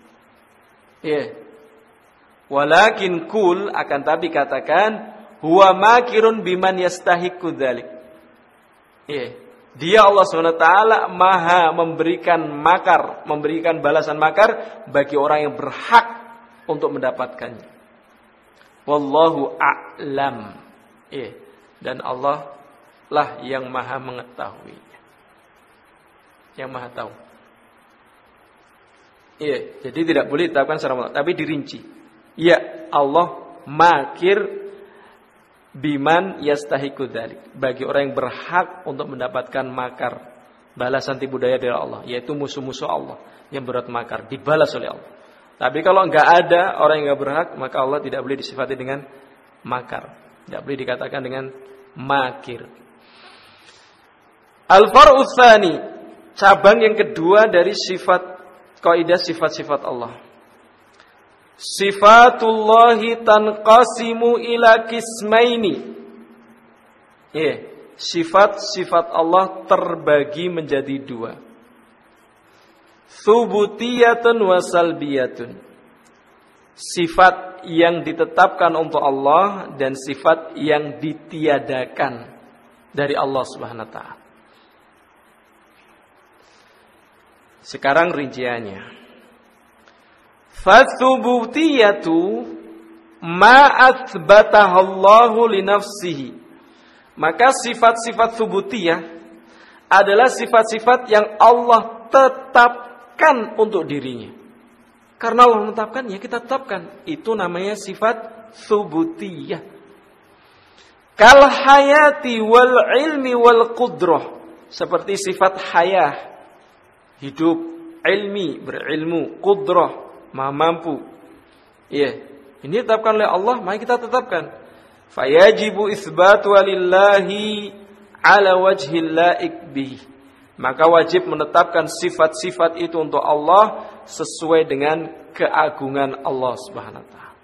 Walakin kul, akan tapi katakan huwa makirun biman yastahiqu dzalik. Dia Allah SWT maha memberikan makar, memberikan balasan makar bagi orang yang berhak untuk mendapatkannya. Wallahu a'lam. Dan Allah lah yang maha mengetahui, yang maha tahu. Jadi tidak boleh ditetapkan secara mutlak, tapi dirinci. Ya, Allah makir biman yastahiqu dzalik, bagi orang yang berhak untuk mendapatkan makar, balasan tipu daya dari Allah, yaitu musuh-musuh Allah yang berbuat makar, dibalas oleh Allah. Tapi kalau enggak ada orang yang enggak berhak, maka Allah tidak boleh disifati dengan makar, tidak boleh dikatakan dengan makir. Al-far'u tsani, cabang yang kedua dari sifat kaidah sifat-sifat Allah. Sifatullahi tanqasimu ila qismaini. Sifat-sifat Allah terbagi menjadi dua. Thubutiyatun wa salbiyatun. Sifat yang ditetapkan untuk Allah dan sifat yang ditiadakan dari Allah Subhanahu wa taala. Sekarang rinciannya. Fathubutiyatu ma athbatahallahu li nafsihi. Maka sifat-sifat thubutiyah adalah sifat-sifat yang Allah tetapkan untuk dirinya. Karena Allah menetapkan, ya kita tetapkan. Itu namanya sifat thubutiyah. Kal hayati wal ilmi wal qudrah. Seperti sifat hayah, hidup, ilmi, berilmu, qudrah, maha mampu. Ini ditetapkan oleh Allah, maka kita tetapkan. Fayajibu itsbatu lillahi ala wajhil laik bih. Maka wajib menetapkan sifat-sifat itu untuk Allah sesuai dengan keagungan Allah Subhanahu wa taala.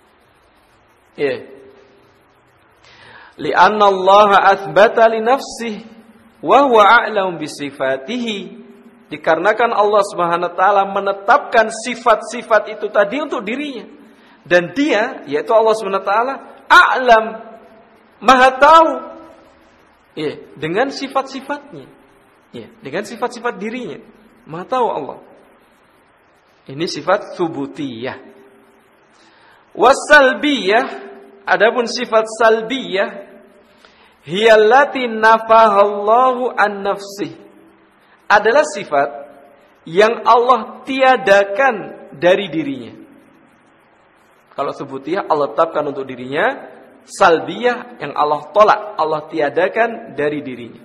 Li'anna Allah athbata li nafsihi wa huwa a'lamu bi sifatihi. Dikarenakan Allah Subhanahu wa taala menetapkan sifat-sifat itu tadi untuk dirinya, dan dia, yaitu Allah Subhanahu wa taala, a'lam, maha tahu dengan sifat-sifatnya, dengan sifat-sifat dirinya, maha tahu Allah. Ini sifat tsubutiyah. Wasalbiyah, adapun sifat salbiyah, hiyallati nafahallahu an nafsihi, adalah sifat yang Allah tiadakan dari dirinya. Kalau tsubutiyah Allah tetapkan untuk dirinya, salbiyah yang Allah tolak, Allah tiadakan dari dirinya.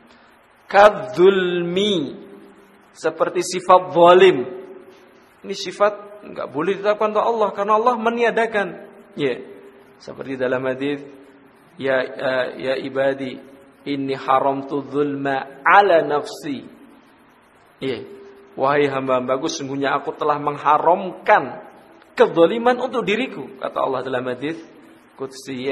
Kadzulmi, seperti sifat zalim. Ini sifat enggak boleh ditetapkan untuk Allah karena Allah meniadakan. Seperti dalam hadis, ya ibadi inni haramtu dzulma ala nafsi. Wahai hamba-hambaku, sungguhnya aku telah mengharamkan kezaliman untuk diriku, kata Allah dalam hadis qudsi.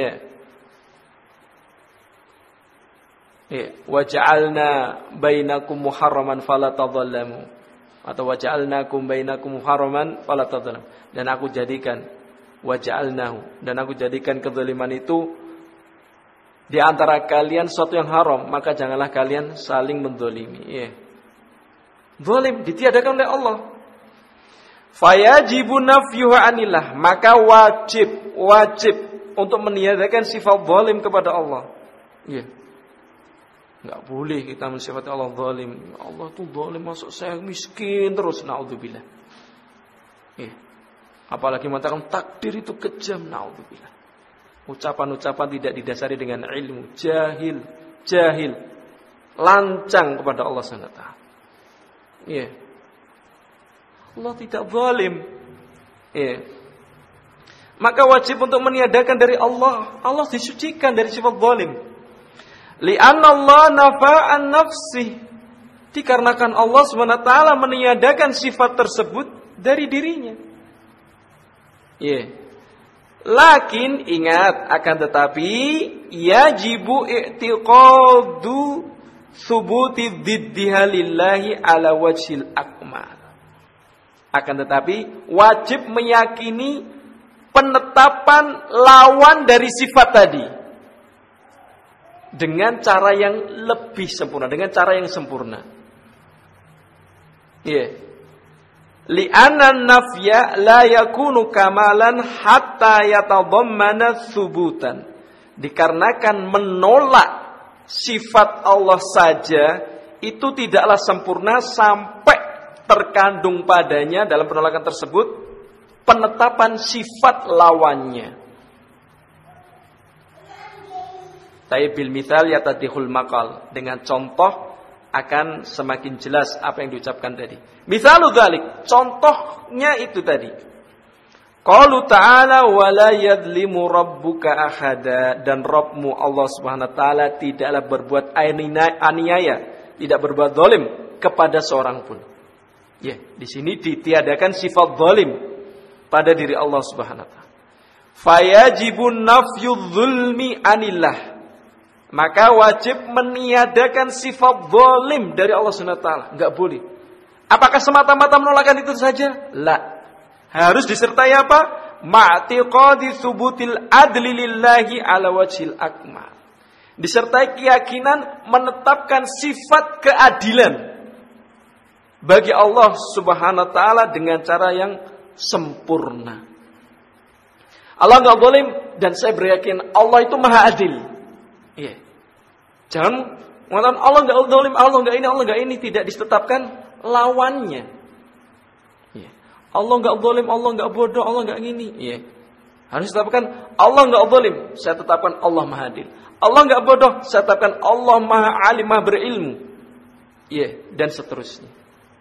Wa ja'alna bainakum muharraman fala tadhallamu, atau wa ja'alnakum bainakum muharraman fala tadhallamu, dan aku jadikan wa ja'alnahu, dan aku jadikan kezaliman itu di antara kalian sesuatu yang haram, maka janganlah kalian saling mendolimi. Zalim ditiadakan oleh Allah. Fayajibu nafyuhu anillah, maka wajib untuk meniadakan sifat zalim kepada Allah. Enggak boleh kita mensifati Allah zalim. Allah itu zalim, masuk saya miskin terus, naudzubillah. Apalagi mengatakan takdir itu kejam, naudzubillah. Ucapan-ucapan tidak didasari dengan ilmu, jahil, lancang kepada Allah SWT. Allah tidak zalim. Maka wajib untuk meniadakan dari Allah. Allah disucikan dari sifat zalim. Li'anna Allah nafa'an nafsih. Dikarenakan Allah SWT meniadakan sifat tersebut dari dirinya. Lakin ingat, akan tetapi yajibu i'tiqadu thubuti diddiha lillahi ala wajhil akmal. Akan tetapi wajib meyakini penetapan lawan dari sifat tadi dengan cara yang lebih sempurna, dengan cara yang sempurna. Li'anna nafya la yakunu kamalan hatta yatadammana thubutan. Dikarenakan menolak sifat Allah saja itu tidaklah sempurna sampai terkandung padanya dalam penolakan tersebut penetapan sifat lawannya. Taibil mithal yatadihul maqal. Dengan contoh akan semakin jelas apa yang diucapkan tadi. Mithalu dzalik, contohnya itu tadi. Qalu ta'ala wa la yadlimu rabbuka ahada, dan Rabbmu Allah Subhanahu wa taala tidaklah berbuat aniaya, tidak berbuat zalim kepada seorang pun. Di sini ditiadakan sifat zalim pada diri Allah Subhanahu wa taala. Fayajibun nafyu dzulmi anillah. Maka wajib meniadakan sifat zalim dari Allah Subhanahu wa taala. Enggak boleh. Apakah semata-mata menolakkan itu saja? La. Harus disertai apa? Ma'tiqadi thubutil adli lillahi ala wajhil akmal. Disertai keyakinan menetapkan sifat keadilan bagi Allah Subhanahu wa taala dengan cara yang sempurna. Allah enggak zalim, dan saya beryakin Allah itu Maha Adil. Jangan mengatakan Allah enggak zalim, Allah enggak ini, Allah enggak ini, tidak ditetapkan lawannya. Allah enggak zalim, Allah enggak bodoh, Allah enggak gini. Harus ditetapkan Allah enggak zalim, saya tetapkan Allah Maha Adil. Allah enggak bodoh, saya tetapkan Allah Maha Alim, Maha berilmu. Dan seterusnya.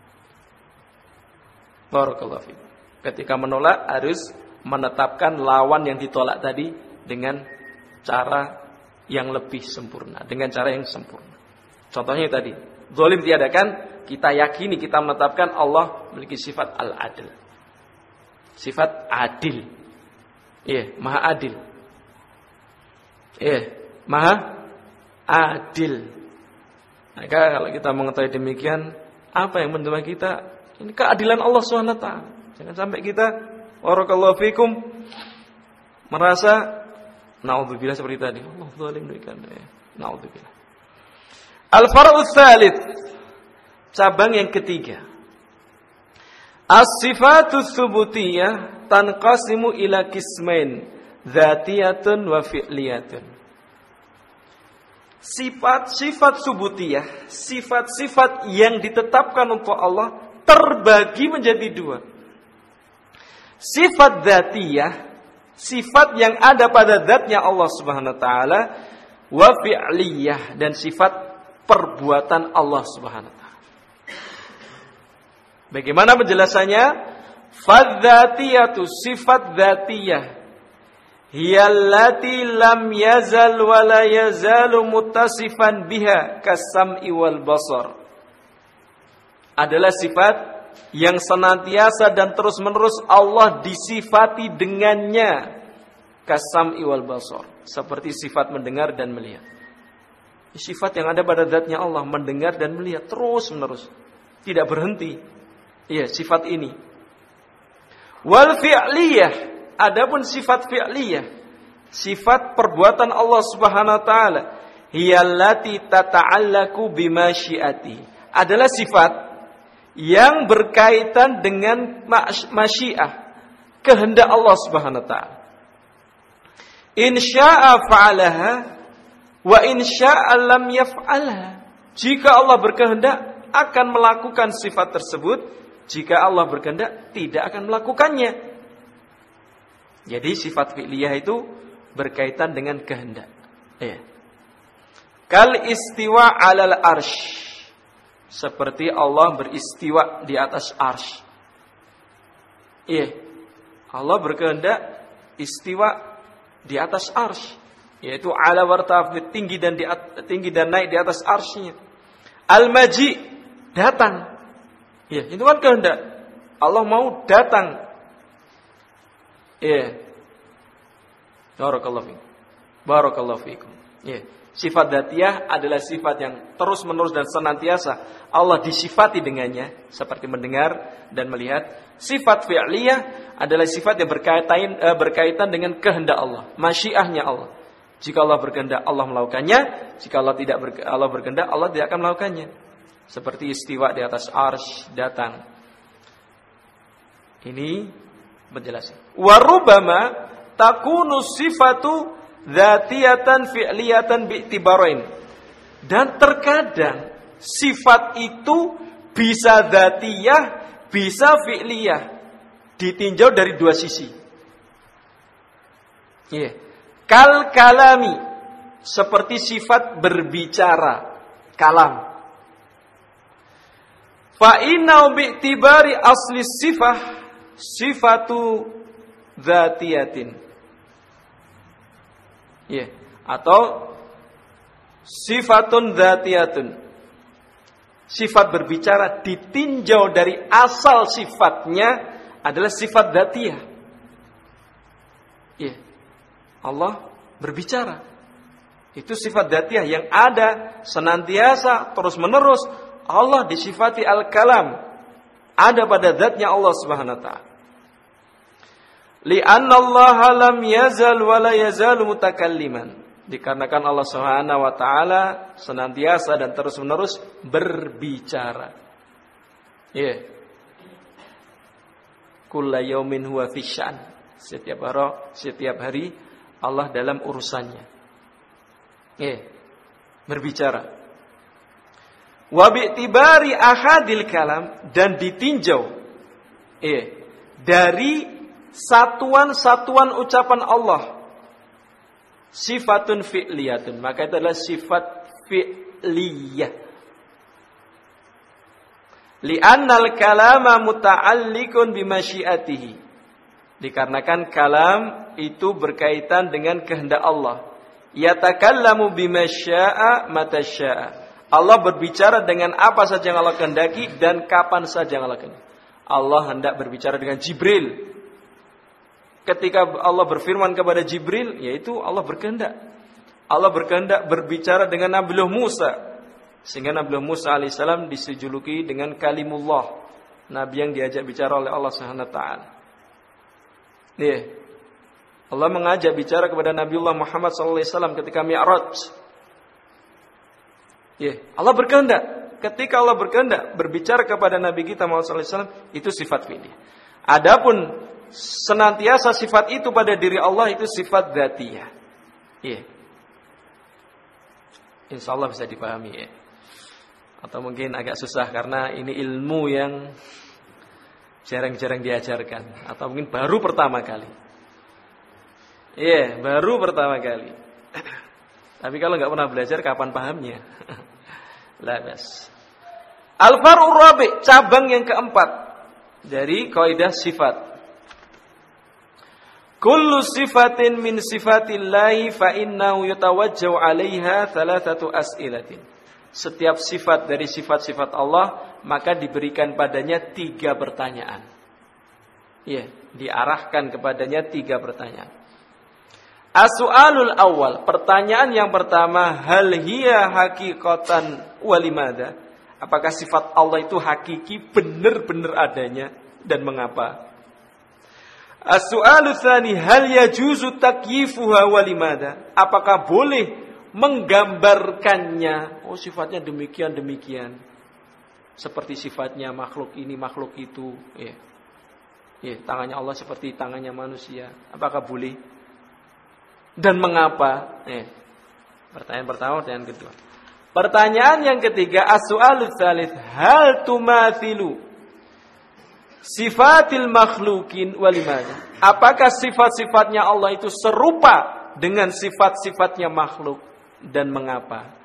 Barakallahu fiik. Ketika menolak harus menetapkan lawan yang ditolak tadi dengan cara yang lebih sempurna, dengan cara yang sempurna. Contohnya tadi, zalim tiadakan, kita yakini, kita menetapkan Allah memiliki sifat al-adil. Sifat adil. Maha adil. Maha adil. Maka kalau kita mengetahui demikian, apa yang menimpa kita? Ini keadilan Allah SWT. Jangan sampai kita, barakallahu fikum, merasa naudzubillah seperti tadi. Allah zalim demikian. Naudzubillah. Al-far'u tsalits. Cabang yang ketiga. As-sifatu tsubutiyah tanqasimu ila qismain, dzatiyatun wa fi'liyatun. Sifat-sifat subutiyah, sifat-sifat yang ditetapkan untuk Allah terbagi menjadi dua. Sifat dzatiyah, sifat yang ada pada zatnya Allah Subhanahu wa taala, wa fi'liyah, dan sifat perbuatan Allah Subhanahu wa taala. Bagaimana penjelasannya? Fadzatiyatu, sifat dzatiyah, hiyallati lam yazal wa la yazalu muttasifan biha kas-sam'i wal basar. Adalah sifat yang senantiasa dan terus-menerus Allah disifati dengannya, kas-sam'i wal basar, seperti sifat mendengar dan melihat. Sifat yang ada pada zatnya Allah, mendengar dan melihat terus-menerus, tidak berhenti. Sifat ini. Wal fi'liyah, adapun sifat fi'liyah, sifat perbuatan Allah Subhanahu wa taala, hiyallati tata'allaku bimasyiati, adalah sifat yang berkaitan dengan masyiah, kehendak Allah Subhanahu wa taala. In syaa'a fa'alaha wa in syaa'a lam yaf'alha. Jika Allah berkehendak akan melakukan sifat tersebut, jika Allah berkehendak tidak akan melakukannya. Jadi sifat fi'liyah itu berkaitan dengan kehendak. Ya. Kal istiwa 'alal arsy. Seperti Allah beristiwa di atas arsy. Iya. Allah berkehendak istiwa di atas arsy, yaitu ala wartafid, tinggi dan naik di atas arsy-Nya. Al-maji, datang. Ya, itu kan kehendak. Allah mau datang. Ya. Barakallahu fikum. Ya. Sifat dzatiyah adalah sifat yang terus menerus dan senantiasa Allah disifati dengannya, seperti mendengar dan melihat. Sifat fi'liyah adalah sifat yang berkaitan dengan kehendak Allah, masyiahnya Allah. Jika Allah berkehendak, Allah melakukannya. Jika Allah tidak Allah berkehendak, Allah tidak akan melakukannya. Seperti istiwa di atas arsy, datang. Ini penjelasan. Wa rubbama takunu sifatu dzatiyatan fi'liyatan bi'tibarain. Dan terkadang sifat itu bisa dzatiyah, bisa fi'liyah, ditinjau dari dua sisi. Yeah. Kal kalami, seperti sifat berbicara, kalam. Fa inna bi'tibari asli sifah sifatu dzatiyatin. Yeah. Atau sifatun dzatiyatun. Sifat berbicara ditinjau dari asal sifatnya adalah sifat dzatiyah. Iya. Allah berbicara. Itu sifat dzatiyah yang ada senantiasa terus menerus. Allah disifati al-kalam. Ada pada zatnya Allah Subhanahu wa taala. Li'anna Allah lam yazal wa la yazalu mutakalliman. Dikarenakan Allah Subhanahu wa taala senantiasa dan terus-menerus berbicara. Ya. Yeah. Kullu yaumin huwa fi sya'n. Setiap hari Allah dalam urusannya. Ya. Yeah. Berbicara. Wa bi'tibari ahadil kalam, dan ditinjau dari satuan-satuan ucapan Allah. Sifatun fi'liyatun, maka itu adalah sifat fi'liyah. Li'annal kalama muta'alliqun bimasyiatihi. Dikarenakan kalam itu berkaitan dengan kehendak Allah. Yatakallamu bimasya'a matasya'a. Allah berbicara dengan apa saja yang Allah kehendaki dan kapan saja yang Allah kehendaki. Allah hendak berbicara dengan Jibril. Ketika Allah berfirman kepada Jibril, yaitu Allah berkehendak. Allah berkehendak berbicara dengan Nabiullah Musa. Sehingga Nabiullah Musa alaihissalam disejuluki dengan kalimullah. Nabi yang diajak bicara oleh Allah Subhanahu wa taala. Allah mengajak bicara kepada Nabiullah Muhammad sallallahu alaihi wasallam ketika Mi'raj. Allah berkehendak. Ketika Allah berkehendak berbicara kepada Nabi kita Muhammad sallallahu alaihi wasallam, itu sifat fi'liyah. Adapun senantiasa sifat itu pada diri Allah itu sifat dzatiyah. Insyaallah bisa dipahami ya. Atau mungkin agak susah karena ini ilmu yang jarang-jarang diajarkan atau mungkin baru pertama kali. Baru pertama kali. Tapi kalau enggak pernah belajar kapan pahamnya? La bas. Al-far'ur rabi', cabang yang keempat dari kaidah sifat. Kullu sifatin min sifatillahi fa innahu yatawajjahu 'alaiha thalathatu as'ilatin. Setiap sifat dari sifat-sifat Allah maka diberikan padanya 3 pertanyaan. Diarahkan kepadanya 3 pertanyaan. As-su'alul awal, pertanyaan yang pertama, hal hiya haqiqatan wa limadha? Apakah sifat Allah itu hakiki, benar-benar adanya dan mengapa? As-su'alu tsani hal yajuzu takyifuha wa limadha? Apakah boleh menggambarkannya? Oh, sifatnya demikian. Seperti sifatnya makhluk ini, makhluk itu, tangannya Allah seperti tangannya manusia. Apakah boleh? Dan mengapa? Pertanyaan pertama, pertanyaan kedua. Pertanyaan yang ketiga, as-su'alu tsalits hal tumathilu sifatil makhlukin walimana? Apakah sifat-sifatnya Allah itu serupa dengan sifat-sifatnya makhluk dan mengapa?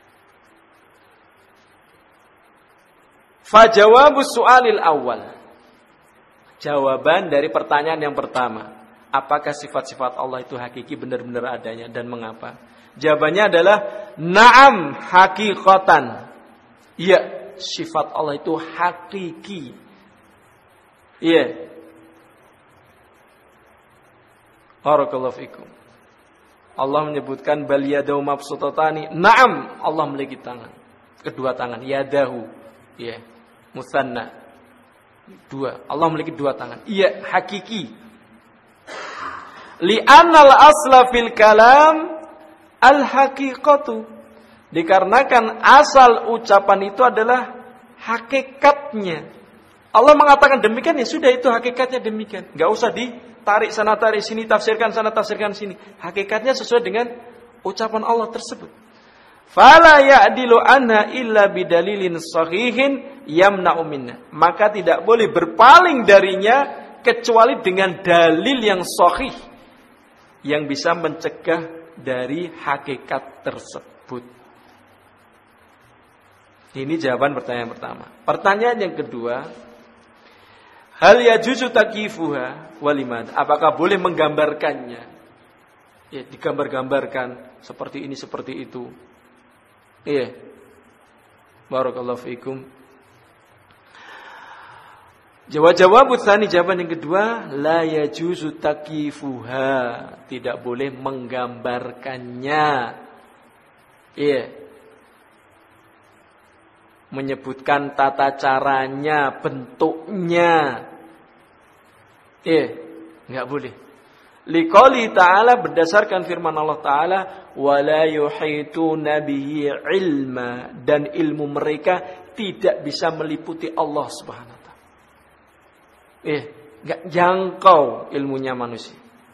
Fajawabus su'alil awal. Jawaban dari pertanyaan yang pertama, apakah sifat-sifat Allah itu hakiki benar-benar adanya dan mengapa? Jawabannya adalah na'am hakikatan. Iya, sifat Allah itu hakiki. Iya. Barakallahu fikum. Allah menyebutkan bal yadahu mabsutatani. Na'am, Allah memiliki tangan. Kedua tangan, yadahu. Iya, musanna. Dua. Allah memiliki dua tangan. Iya, hakiki. Li'annal asla fil kalam al-haqiqatu. Dikarenakan asal ucapan itu adalah hakikatnya. Allah mengatakan demikian, ya sudah, itu hakikatnya demikian. Enggak usah ditarik sana tarik sini, tafsirkan sana tafsirkan sini. Hakikatnya sesuai dengan ucapan Allah tersebut. Fala ya'dilu anha illa bidalilin sahihin yamna'u minna. Maka tidak boleh berpaling darinya kecuali dengan dalil yang sahih yang bisa mencegah dari hakikat tersebut. Ini jawaban pertanyaan pertama. Pertanyaan yang kedua, hal yajuzu takyifuha walimad? Apakah boleh menggambarkannya? Ya, digambar-gambarkan seperti ini seperti itu. Iya. Barakallahu fikum. Jawab tsani, jawaban yang kedua, la yajuzu takyifuha, tidak boleh menggambarkannya. Iya. Menyebutkan tata caranya, bentuknya. Iya, enggak boleh. Liqouli ta'ala, berdasarkan firman Allah Ta'ala, wala yuhituna bihi ilma, dan ilmu mereka tidak bisa meliputi Allah Subhanahu wa taala. Enggak jangkau ilmunya manusia.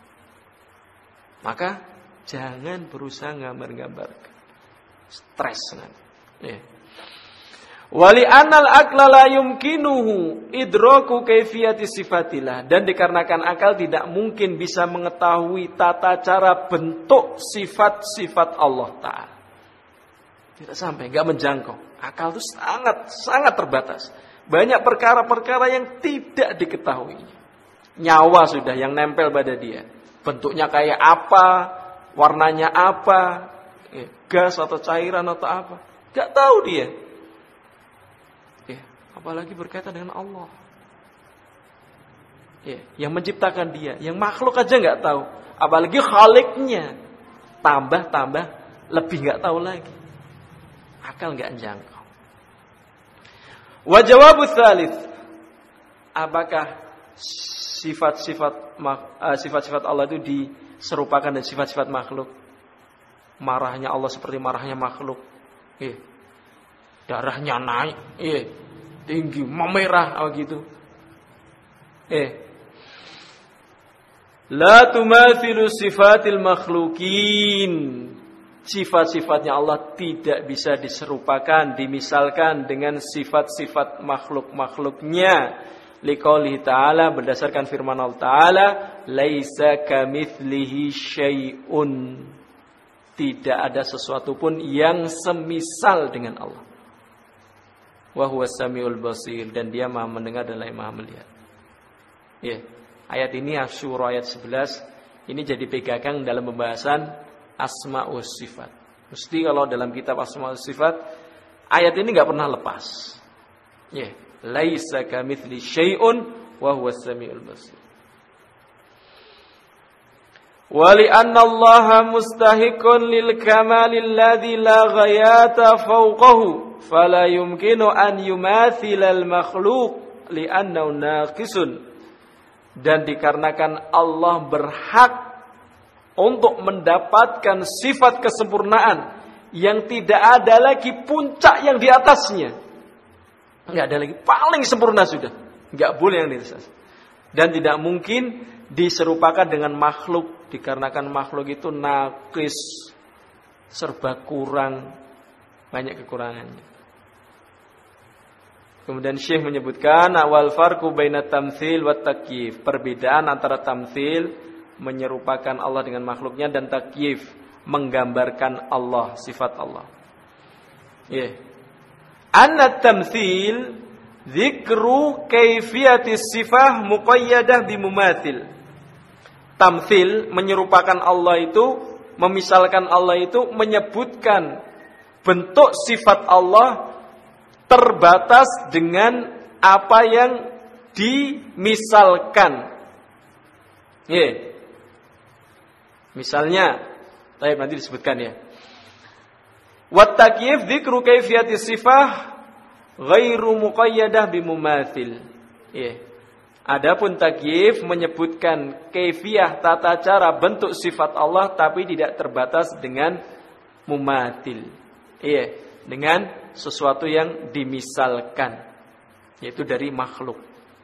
Maka jangan berusaha gambar-gambarkan. Stres nanti. Wali anal akla la yumkinuhu idraku kaifiyati sifatillah, dan dikarenakan akal tidak mungkin bisa mengetahui tata cara bentuk sifat-sifat Allah Ta'ala. Tidak sampai, enggak menjangkau. Akal itu sangat terbatas. Banyak perkara-perkara yang tidak diketahui. Nyawa sudah yang nempel pada dia. Bentuknya kayak apa, warnanya apa, gas atau cairan atau apa, enggak tahu dia. Apalagi berkaitan dengan Allah. Yang menciptakan dia, yang makhluk aja nggak tahu, apalagi khaliknya. Tambah lebih nggak tahu lagi. Akal nggak jangkau. Wa jawabus tsalits, apakah sifat-sifat Allah itu diserupakan dengan sifat-sifat makhluk? Marahnya Allah seperti marahnya makhluk. Darahnya naik, tinggi, memerah, gitu. La tumathilu sifatil makhlukin. Sifat-sifatnya Allah tidak bisa diserupakan, dimisalkan dengan sifat-sifat makhluk-makhluknya. Liqoulihi ta'ala, berdasarkan firman Allah Ta'ala, laisa kamitslihi syai'un. Tidak ada sesuatu pun yang semisal dengan Allah. Wa huwas samiul basir, dan dia Maha mendengar dan Maha melihat. Ayat ini Asy-Syura ayat 11 ini jadi pegangan dalam pembahasan asma wa sifat. Mesti kalau dalam kitab asma wa sifat ayat ini enggak pernah lepas. Laisa kamitsli syai'un wa huwas samiul basir. Wa li anna Allaha mustahiqun lil kamalil ladzi la ghayata fawqahu fala yumkinu an yumathila al makhluq li'annahu naqisun dan dikarenakan Allah berhak untuk mendapatkan sifat kesempurnaan yang tidak ada lagi puncak yang di atasnya. Enggak ada lagi, paling sempurna sudah. Enggak boleh yang di atas. Dan tidak mungkin diserupakan dengan makhluk, dikarenakan makhluk itu naqis, serba kurang, banyak kekurangannya. Kemudian Syekh menyebutkan awal farqu baina tamtsil wa takyif, perbedaan antara tamtsil menyerupakan Allah dengan makhluknya dan takyif menggambarkan Allah, sifat Allah. Anna tamtsil dzikru kaifiyatis sifah muqayyadah bimumathil. Tamtsil menyerupakan Allah itu, memisalkan Allah itu, menyebutkan bentuk sifat Allah terbatas dengan apa yang dimisalkan. Misalnya, nanti disebutkan ya. Wat takyif dzikru kaifiyatis sifah ghairu muqayyadah bimumathil. Adapun takyif menyebutkan kaifiyah, tata cara bentuk sifat Allah, tapi tidak terbatas dengan mumathil. Dengan sesuatu yang dimisalkan, yaitu dari makhluk.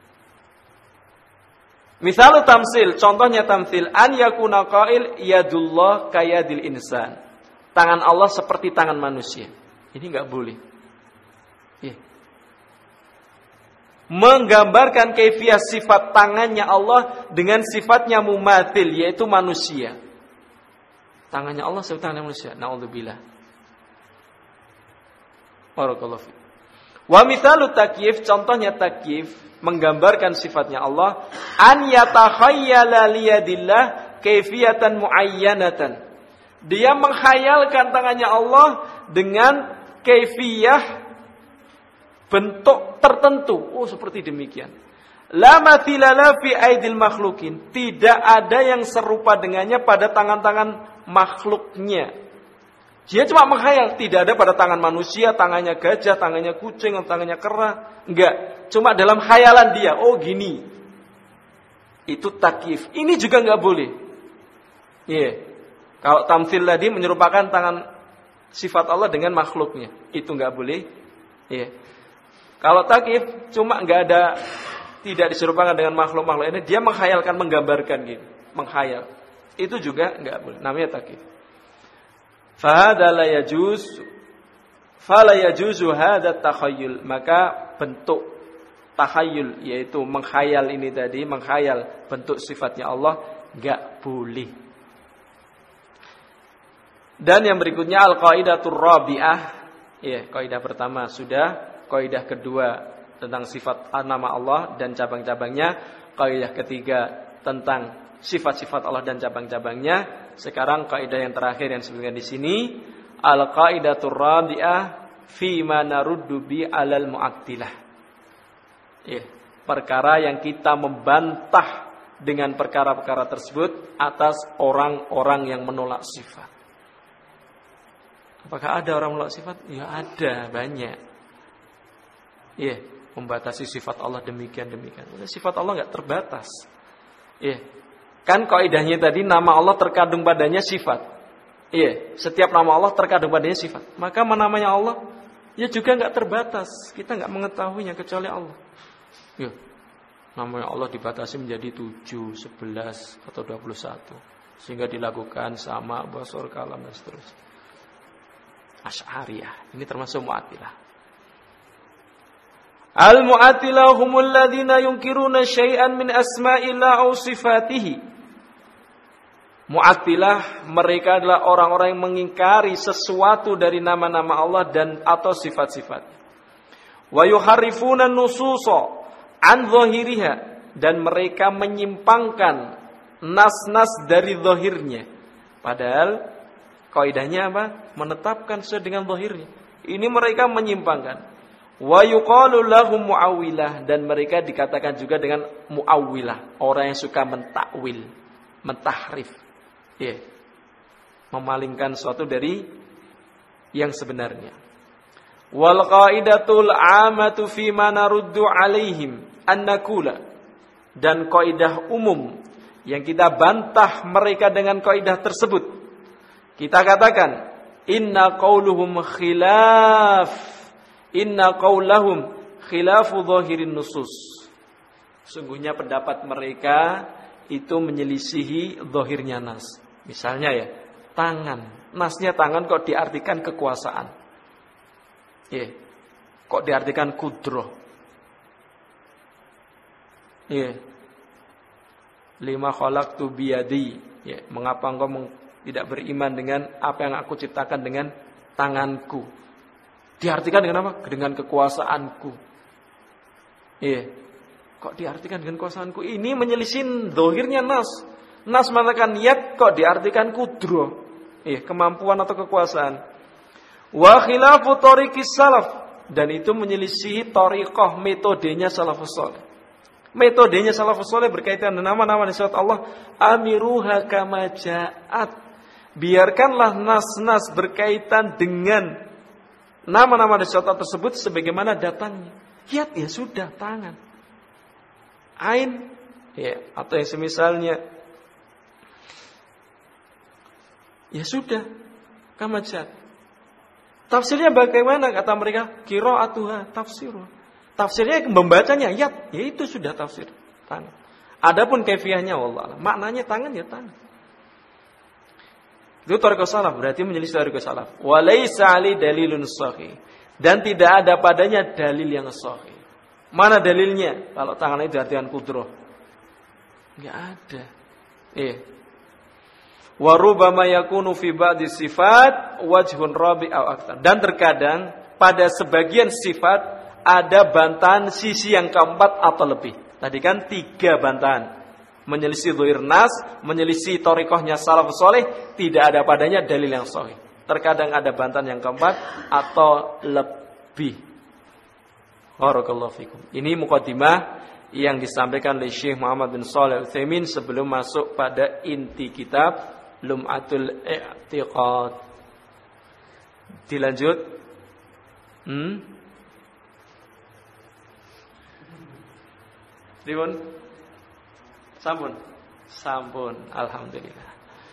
Misal tamsil, contohnya tamsil, an yakuna qail yadullah kayadil insan. Tangan Allah seperti tangan manusia. Ini enggak boleh. Menggambarkan kaifiyah sifat tangannya Allah dengan sifatnya mumathil, yaitu manusia. Tangannya Allah seperti tangan manusia. Na'udzubillah. Barakallahu fiik. Wa mithalu takyif, contohnya takyif menggambarkan sifatnya Allah, an yatakhayyala liyadillah kaifiyatan muayyanatan. Dia menghayalkan tangannya Allah dengan kaifiyah bentuk tertentu. Seperti demikian. La mathilala fi aidil makhlukin. Tidak ada yang serupa dengannya pada tangan-tangan makhluknya. Dia cuma menghayal, tidak ada pada tangan manusia, tangannya gajah, tangannya kucing, tangannya kera. Enggak, cuma dalam khayalan dia, gini. Itu takyif. Ini juga enggak boleh. Kalau tamtsil tadi menyerupakan tangan sifat Allah dengan makhluknya, itu enggak boleh. Kalau takyif cuma enggak ada, tidak diserupakan dengan makhluk-makhluk ini, dia menghayalkan, menggambarkan gitu, menghayal. Itu juga enggak boleh. Namanya takyif. Fahada la yajuz, fala yajuzu hada takhayyul. Maka bentuk takhayyul, yaitu menghayal ini tadi, menghayal bentuk sifatnya Allah, enggak boleh. Dan yang berikutnya al-qaidatur rabi'ah. Kaidah pertama sudah, kaidah kedua tentang sifat nama Allah dan cabang-cabangnya, kaidah ketiga tentang sifat-sifat Allah dan cabang-cabangnya. Sekarang kaidah yang terakhir yang disebutkan di sini, al-qaidatur rabi'ah fi ma naruddu bi 'alal mu'attilah. Perkara yang kita membantah dengan perkara-perkara tersebut atas orang-orang yang menolak sifat. Apakah ada orang menolak sifat? Ya ada, banyak. Membatasi sifat Allah demikian. Sifat Allah enggak terbatas. Kan kaidahnya tadi nama Allah terkandung padanya sifat. Setiap nama Allah terkandung padanya sifat. Maka namanya Allah ya juga enggak terbatas. Kita enggak mengetahuinya kecuali Allah. Namanya Allah dibatasi menjadi 7, 11 atau 21. Sehingga dilakukan sama basor kalam dan seterusnya. Asy'ariyah, ini termasuk Mu'attilah. Al-Mu'attilah humul ladzina yunkiruna syai'an min asma'illah aw sifatihi. Mu'attilah mereka adalah orang-orang yang mengingkari sesuatu dari nama-nama Allah dan atau sifat-sifat. Wa yuharrifuna an-nususa an dhahiriha, dan mereka menyimpangkan nas-nas dari zahirnya. Padahal kaidahnya apa? Menetapkan sesuai dengan zahirnya. Ini mereka menyimpangkan. Wa yuqalu lahum mu'awwilah, dan mereka dikatakan juga dengan mu'awwilah, orang yang suka mentakwil, mentahrif. Memalingkan sesuatu dari yang sebenarnya. Wal qaidatul 'amatu fi ma naruddu 'alaihim an naqula. dan kaidah umum yang kita bantah mereka dengan kaidah tersebut. Kita katakan inna qauluhum khilafu zahirin nusus. Sungguhnya pendapat mereka itu menyelisihi zahirnya nas. Misalnya ya, tangan. Nasnya tangan kok diartikan kekuasaan. Kok diartikan kudroh. Lima khalaqtu biyadi. Mengapa engkau tidak beriman dengan apa yang aku ciptakan dengan tanganku? Diartikan dengan apa? Dengan kekuasaanku. Kok diartikan dengan kekuasaanku? Ini menyelisin dohirnya nas. Nas mengatakan yad, kok diartikan kudro. Kemampuan atau kekuasaan. Wa khilafu tariqis salaf. Dan itu menyelisihi tariqah, metodenya salafus salih. Metodenya salafus salih berkaitan dengan nama-nama dan sifat Allah. Amiruha kama ja'at. Biarkanlah nas-nas berkaitan dengan nama-nama dan sifat tersebut sebagaimana datangnya. Yad, ya sudah, tangan. Ain, atau yang semisalnya. Ya sudah, kama ja'at. Tafsirnya bagaimana kata mereka? Qira'atuha tafsirun. Tafsirnya membacanya yad, ya itu sudah tafsir tangan. Adapun kaifiyahnya wallah, maknanya tangan ya tangan. Itu tariqah salaf, berarti menyelisih tariqah salaf. Wa laisa 'ali dalilun sahih. Dan tidak ada padanya dalil yang sahih. Mana dalilnya? Kalau tangan itu diartikan kudroh. Enggak ada. Wa rubbama yakunu fi ba'di sifat wajhun rabi' aw aktsar. Dan terkadang pada sebagian sifat ada bantahan sisi yang keempat atau lebih. Tadi kan 3 bantahan. Menyelisih zahir nas, menyelisih thariqahnya salafus saleh, tidak ada padanya dalil yang sahih. Terkadang ada bantahan yang keempat atau lebih. Barakallahu fikum. Ini muqaddimah yang disampaikan oleh Syekh Muhammad bin Shalih Al-Utsaimin sebelum masuk pada inti kitab Lum'atul I'tiqad. Dilanjut. Dipun? Sampun. Alhamdulillah.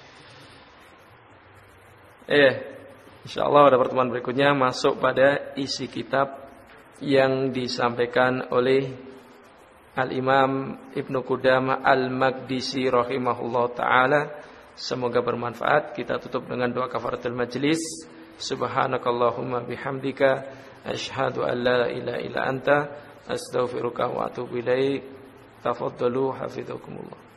Insyaallah pada pertemuan berikutnya masuk pada isi kitab yang disampaikan oleh Al-Imam Ibnu Qudamah Al-Maqdisi rahimahullah ta'ala. Semoga bermanfaat. Kita tutup dengan doa kafaratul majlis. Subhanakallahumma bihamdika asyhadu an la ilaha illa anta astaghfiruka wa atubu ilaik. Tafaddalu hafizakumullah.